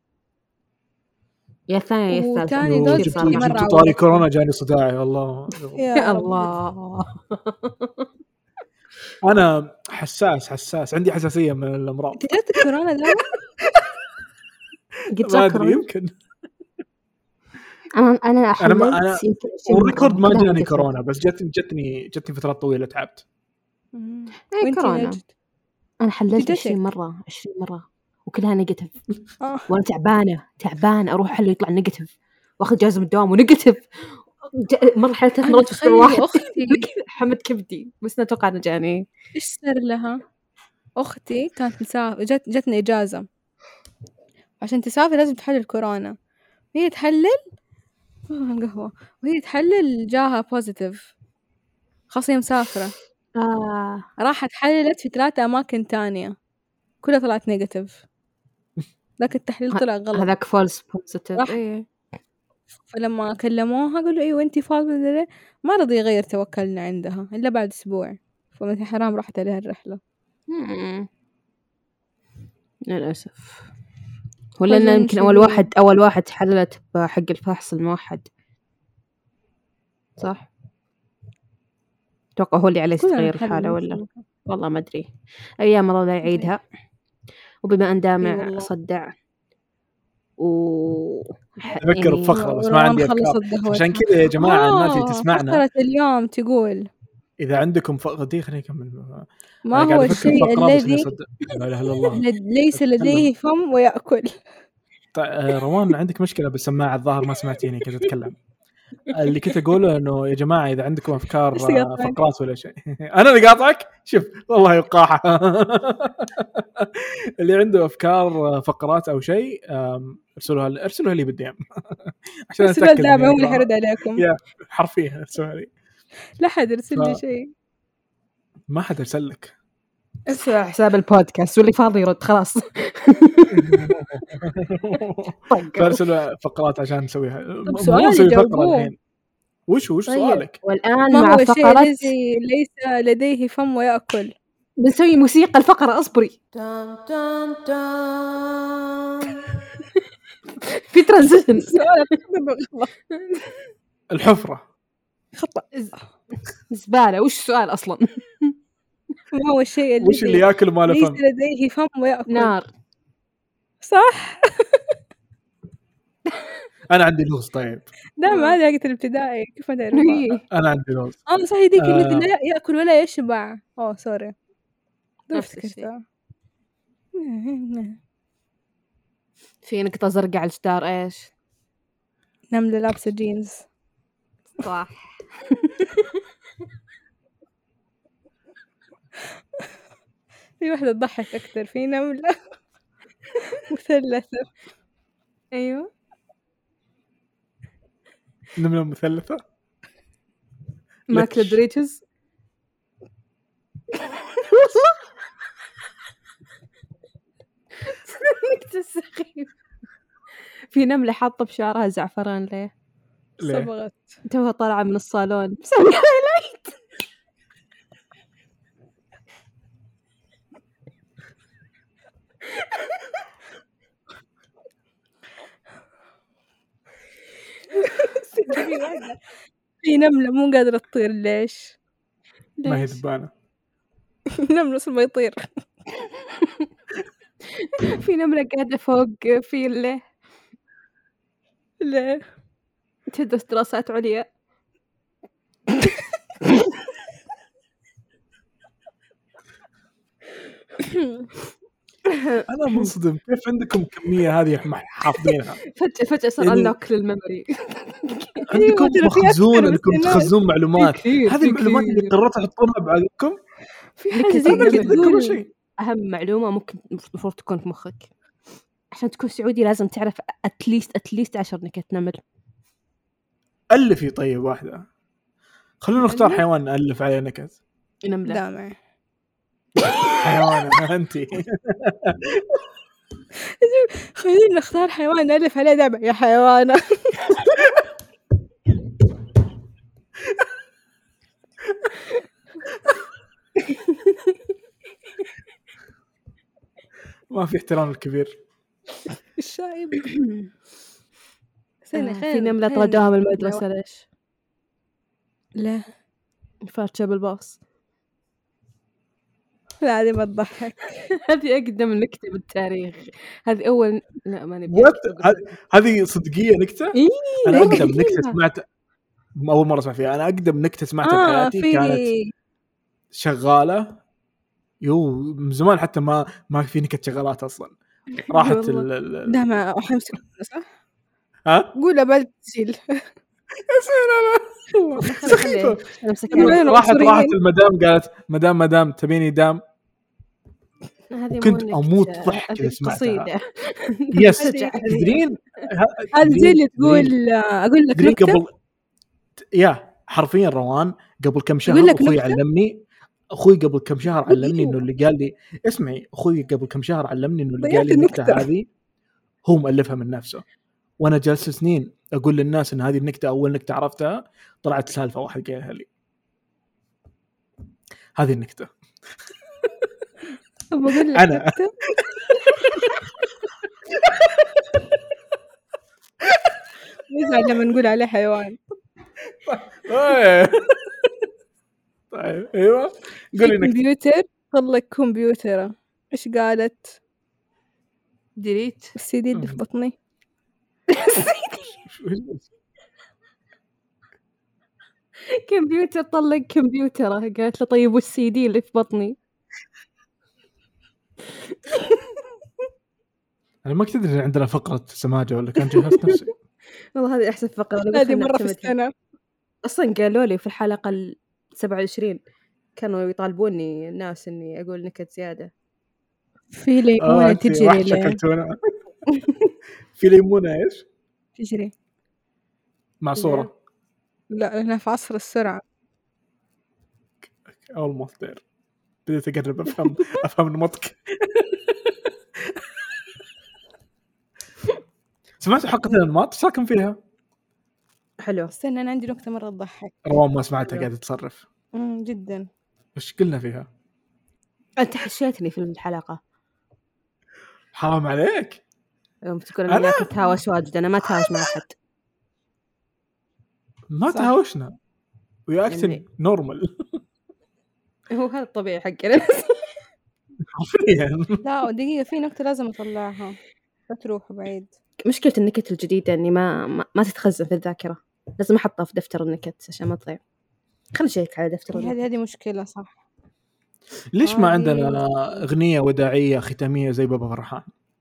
يا ثاني يا ثالث. جبت طاري كورونا جاني صداعي والله. يا الله. أنا حساس عندي حساسية من الأمراض. جت كورونا ده؟ قد كورونا يمكن. أنا والريكورد ما جاني كورونا، بس جتني فترات طويلة تعبت. كورونا أنا حللت 20 مرة وكلها نيجاتيف. وأنا تعبانة أروح حل يطلع نيجاتيف، وأخذ جائزة من الدوام ونيجاتيف. مرة حلت 3 مرات في واحد. حمد كبدي، بس نتوقع أنا جاني. إيش صار لها؟ أختي كانت مسافرة، جتنا إجازة عشان تسافر، لازم تحلل كورونا. هي تحلل القهوة، وهي تحلل جاها بوزيتيف، خاصة هي مسافرة. راحت حللت في 3 أماكن تانية، كلها طلعت نيجاتيف، لكن التحليل طلع غلط. هذاك فولس بوزيتيف. فلما كلموها قالوا أيوة أنتي فاضلة، ما رضي يغير توكلنا عندها إلا بعد أسبوع. فمن حرام راحت عليها الرحلة. للأسف. ولا أنه يمكن أول واحد حللت بحق الفحص الموحد، صح؟ توقع هو اللي عليه تغير الحالة ولا والله ما أدري. أيام الله لا يعيدها. وبما أن دامع صدع أفكر بفقرة بس ما عندي أفكار، عشان كذا يا جماعة الناس اللي تسمعنا فقرة اليوم تقول إذا عندكم فقرة خليني أكمل. ما هو الشيء الذي لا إله إلا الله ليس لديه فم ويأكل. روان عندك مشكلة بالسماعة الظاهر ما سمعتيني كنت أتكلم. اللي كنت أقوله إنه يا جماعة إذا عندكم أفكار فقرات ولا شيء. أنا اللي قاطعك شوف والله يقاحة. اللي عنده أفكار فقرات أو شيء ارسلوها لي بالديم عشان أتأكد هم اللي حرد عليكم. يا حرفيا ارسلوها لي. لا حد يرسل لي شيء. ما حد يرسل لك. اسمع حساب البودكاست واللي فاضي يرد خلاص. فارسلوا فقرات عشان نسويها. سؤال يجاوبوه. وش سؤالك؟ والآن ما مع هو الشيء فقرة الذي ليس لديه فم ويأكل؟ بنسوي موسيقى الفقرة. أصبري في ترانزيشن. الحفرة. خطأ. زبالة. وش السؤال أصلا؟ ما هو الشيء وش اللي يأكل ما له ليس فم؟ لديه فم ويأكل؟ نار. صح. أنا عندي لغز. طيب دام هذه حقت الابتدائي كيف ما تعرفها؟ أنا عندي لغز. صح ديك التي لا يأكل ولا يشبع. سوري نفس الشيء. في نقطة زرقاء على الجدار. إيش؟ نملة لابسة جينز. صح. في واحدة تضحك أكثر. في نملة مثلثة. أيوة نملة مثلثة ماكلة دريتشز. نكتة سخيف. في نملة حاطة بشعرها زعفران. ليه؟ صبغت. توها طالعة من الصالون مسوي هايلايت. في نملة مو قادرة تطير. ليش؟ ما هي ذبانة. نملة أصلا ما يطير. في نملة قاعدة فوق في ليه؟ تدرس دراسات عليا. أنا منصدم كيف عندكم كمية هذه حافظينها. فجأة صار unlock للميموري. عندكم مخزون انكم تخزنون معلومات. هذه المعلومات كثير. اللي قررتوا تحطونها بعقلكم. في حاجة زي كل شيء. أهم معلومة ممكن المفروض تكون في مخك عشان تكون سعودي. لازم تعرف أتليست 10 نكت نمل. ألفي. طيب واحدة. خلونا نختار حيوان نألف عليه نكت. نملة. دامع. حيوان أنتي. خلينا نختار حيوان نألف عليه دامع يا حيوانة. ما في احترام الكبير. الشايب. في نملة طردوها من المدرسة. ليش؟ لا فاتشة بالباص. لا هذه ما تضحك. هذه أقدم نكتة بالتاريخ. هذه أول. لا ما نبي. هذه صدقية نكتة. إيه أنا أقدم نكتة سمعت أول مرة أسمع فيها. أنا أقدم نكتة سمعتها بحياتي كانت شغالة. من زمان حتى ما في نكت شغالات أصلا. راحت لا ما حمسك صح. ها قولها بالتسجيل. سخيفة. راحت المدام قالت مدام تبيني دام. كنت أموت ضحك إذا سمعتها. يس تدرين هذا زي اللي تقول أقول لك قبل حرفيا روان قبل كم شهر أخوي قبل كم شهر علمني إنه اللي قال لي اسمعي. أخوي قبل كم شهر علمني إنه اللي قال لي النكتة هذه هو مؤلفها من نفسه. وأنا جالس سنين أقول للناس إن هذه النكتة أول نكتة عرفتها طلعت سالفة واحد قالها لي. هذه النكتة. أنا نزعل لما نقول عليه حيوان. طيب أيوة قولي نكتة. كمبيوتر طلق كمبيوترة. إيش قالت؟ ديليت السيدي اللي في بطني. كمبيوتر طلق كمبيوترة. قالت له طيب والسيدي اللي في بطني. أنا ما كنت أدري إن عندنا فقرة سماجة ولا كان جهزت نفسي. والله هذه أحسن فقرة. هذه مرة في السنة. أصلاً قالوا لي في الحلقة 27 كانوا يطالبوني الناس إني أقول نكت زيادة. في ليمونة تجري. في ليمونة إيش؟ تجري مع صورة. لا أنا في عصر السرعة. أول ما أصدر بديت أقرب أفهم نمطك. سمعت حلقة الأنماط ساكن فيها. حلو. استنى أنا عندي نكتة مرة تضحك. روان ما سمعتها قاعدة تتصرف. جدا. وش قلنا فيها؟ أنت حشيتني في الحلقة. حرام عليك. يوم تقول أنا كنت تهاوش واجد. أنا ما تهاوش مع أحد. ما تهاوشنا. ويأكتن نورمال. هو هذا الطبيعي حقنا. حرفيا. لا دقيقة في نكتة لازم أطلعها. لا تروح بعيد. مشكلة النكت الجديدة إني ما تتخزن في الذاكرة. لازم أحطها في دفتر النكت عشان ما تضيع. خلنا نشيك على دفتر النكت. هذه مشكلة صح. ليش ما عندنا أغنية وداعية ختامية زي بابا فرحان؟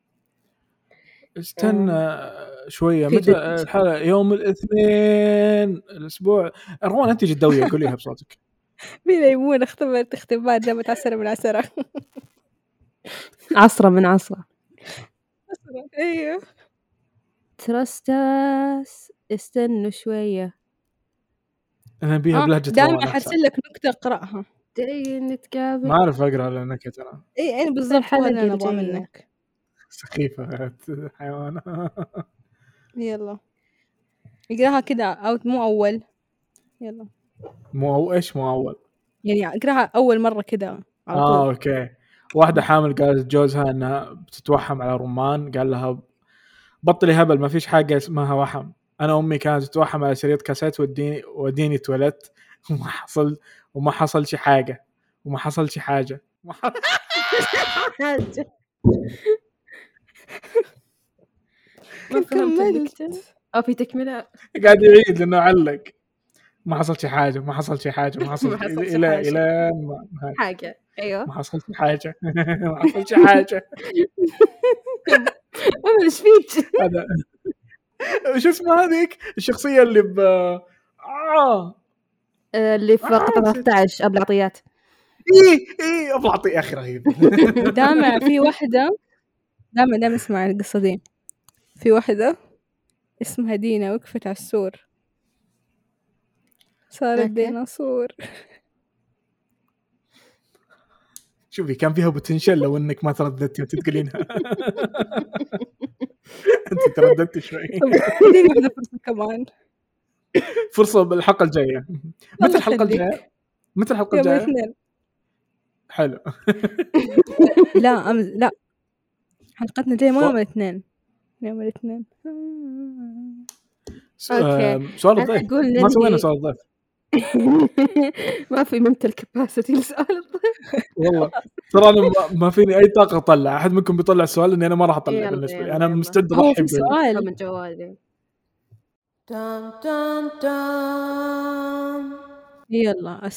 استنى شوية. متى الحلقة؟ يوم الاثنين الأسبوع. روان أنت جدوية قوليها بصوتك. بيليمون اختبار دامت 10 من 10. 10 من 10. ايوه. ترستاس استنوا شوية. أنا بيها بلهجة دائما أحرسل لك نكتة أقرأها. نتقابل. ما أعرف أقرأ لأنك ترى. إيه أنا بالضبط أنا أبغى منك. سخيفة حيوانة. يلا اقراها كده أو مو أول. يلا مو إيش مو أول يعني اقراها أول مرة كده على طول. أوكي. واحدة حامل قالت جوزها أنها بتتوحم على رمان. قال لها بطلي هبل ما فيش حاجة اسمها وحم. أنا أمي كانت تتوحم على شريط كاسيت وديني اتولدت وما حصلش حاجة. كيف كملت؟ أو في تكملة قاعد يعيد لأنه علق. ما حصلش حاجة ما حصلش إلى حاجة. أيوة ما حصلش حاجة. ما حصلش حاجة. إيش فيك؟ هذا شو اسمه هذيك الشخصية اللي اللي في قطعة 13 أبو العطيات. إيه أبو العطية أخي رهيب. دامع في واحدة دامع اسمع القصة دي. في واحدة اسمها دينا وقفت على السور صارت ديناصور. شوفي كان فيها بوتنشل لو انك ما ترددتي وتتقلينها. انت ترددتي شوي. اديني واحدة فرصة كمان. فرصة بالحلقة الجاية. متى الحلقة الجاية؟ يوم الاثنين. حلو. لا حلقتنا الجاية مو يوم الاثنين. يوم الاثنين. سؤال الضيف ما سوينا سؤال الضيف. ما في منتل كاباسيتي لسؤال الضيف والله ترى أنا ما فيني أي طاقة أطلع. أحد منكم بيطلع السؤال إني أنا ما راح أطلع بالنسبة لي. أنا مستعد أضحي بسؤال من جوالي. يلا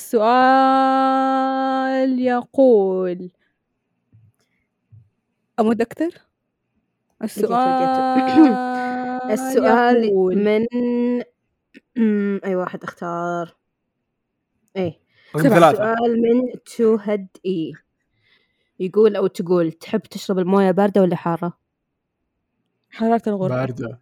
السؤال يقول دكتور السؤال من أي واحد اختار. ايه السؤال من توهد يقول أو تقول تحب تشرب الموية باردة ولا حارة؟ حرارة الغرفة باردة.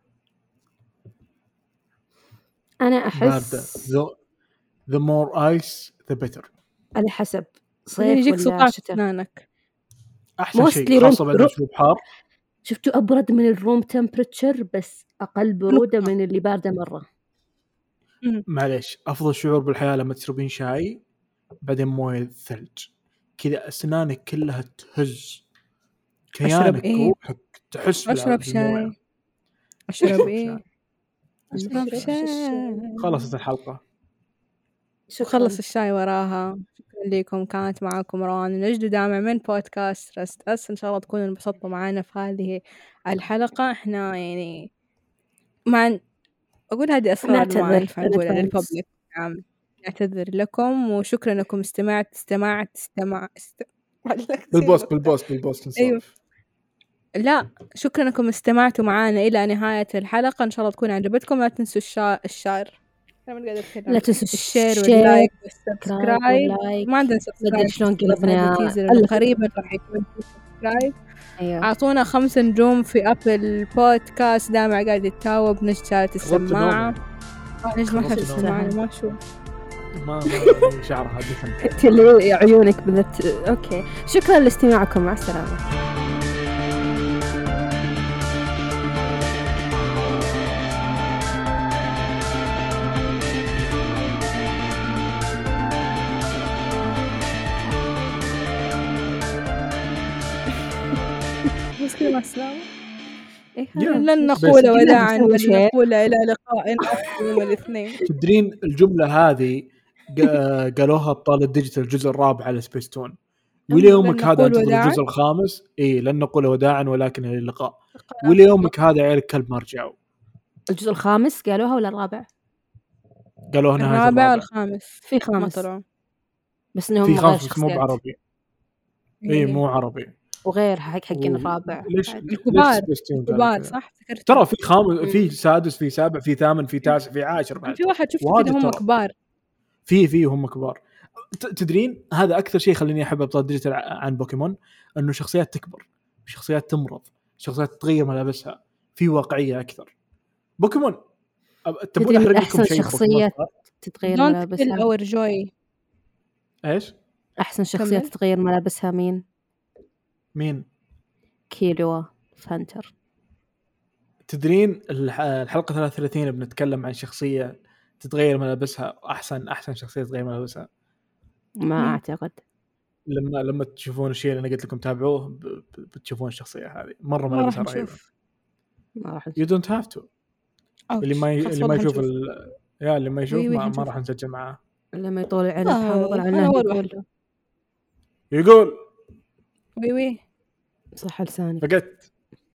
أنا أحس باردة. the more ice the better. على حسب صيف ولا شتاء. أحسن شيء خاصة بالمشروب حار. شفتوا أبرد من الروم تمبرتشر بس أقل برودة من اللي باردة مرة. معليش أفضل شعور بالحياة لما تشربين شاي بعدين موية ثلج كذا أسنانك كلها تهز كيانك روحك تحس أشرب شاي. أشرب إيه؟ أشرب شاي. خلصت الحلقة. خلص الشاي وراها. شكرا لكم. كانت معكم روان نجد دامع من بودكاست رست أس. إن شاء الله تكونوا انبسطتوا معنا في هذه الحلقة. إحنا يعني أقول هذه أسرار نعتذر للببليك. نعتذر لكم وشكرا لكم استمعت بالبوست أيوه. لا شكرا لكم استمعتوا معنا إلى نهاية الحلقة. إن شاء الله تكون عجبتكم. لا تنسوا لا تنسوا الشير واللايك والسبسكرايب. ما عندنا سبسكرايب شلون قلبنا قريبا راح يكون سبسكرايب. أيوه. أعطونا 5 نجوم في أبل بودكاست. دامع قاعد يتاوب. نجد شالت السماعة. نجد ما حد السماعة ما شو ما شعرها دفن. تلي عيونك بذات. أوكي شكرا لاستماعكم. مع السلامة. مع السلامة. لن نقول وداعا بل نقول إلى لقاء يوم الاثنين. تدرين الجملة هذه قالوها أبطال الديجيتال الجزء الرابع على سبيستون، وليومك هذا انتظر الجزء الخامس. لن نقول وداعا ولكن إلى اللقاء. وليومك هذا عيال الكلب ما رجعوا. الجزء الخامس قالوها ولا الرابع؟ قالوها نهاية الرابع والخامس. في خامس بس إنهم في خامس مو بعربي. مو عربي وغير حقين الرابع. الكبار صح. ترى في خامس، في سادس، في سابع، في ثامن، في تاسع، في عاشر بعد. في واحد شفت كده هم كبار. في هم كبار. تدرين هذا أكثر شيء خليني أحب أبطال ديجيتال عن بوكيمون، إنه شخصيات تكبر، شخصيات تمرض، شخصيات تغير ملابسها، في واقعية أكثر. بوكيمون تبون أحرق لكم شيء؟ شخصية تتغير ملابسها أو رجوي. إيش؟ أحسن شخصية تتغير ملابسها مين؟ كيلوا فانتر. تدرين الحلقة 33 بنتكلم عن شخصية تتغير ملابسها، أحسن شخصية تتغير ملابسها. ما أعتقد. لما تشوفون الشيء اللي أنا قلت لكم تابعوه بتشوفون الشخصية هذه مرة ملابسها رهيبة. ما راح you don't have to. اللي ما يشوف اللي ما يشوف ما راح نسجل معاه. لما يطول العنب حامض عنه يقول وي صح لساني فقدت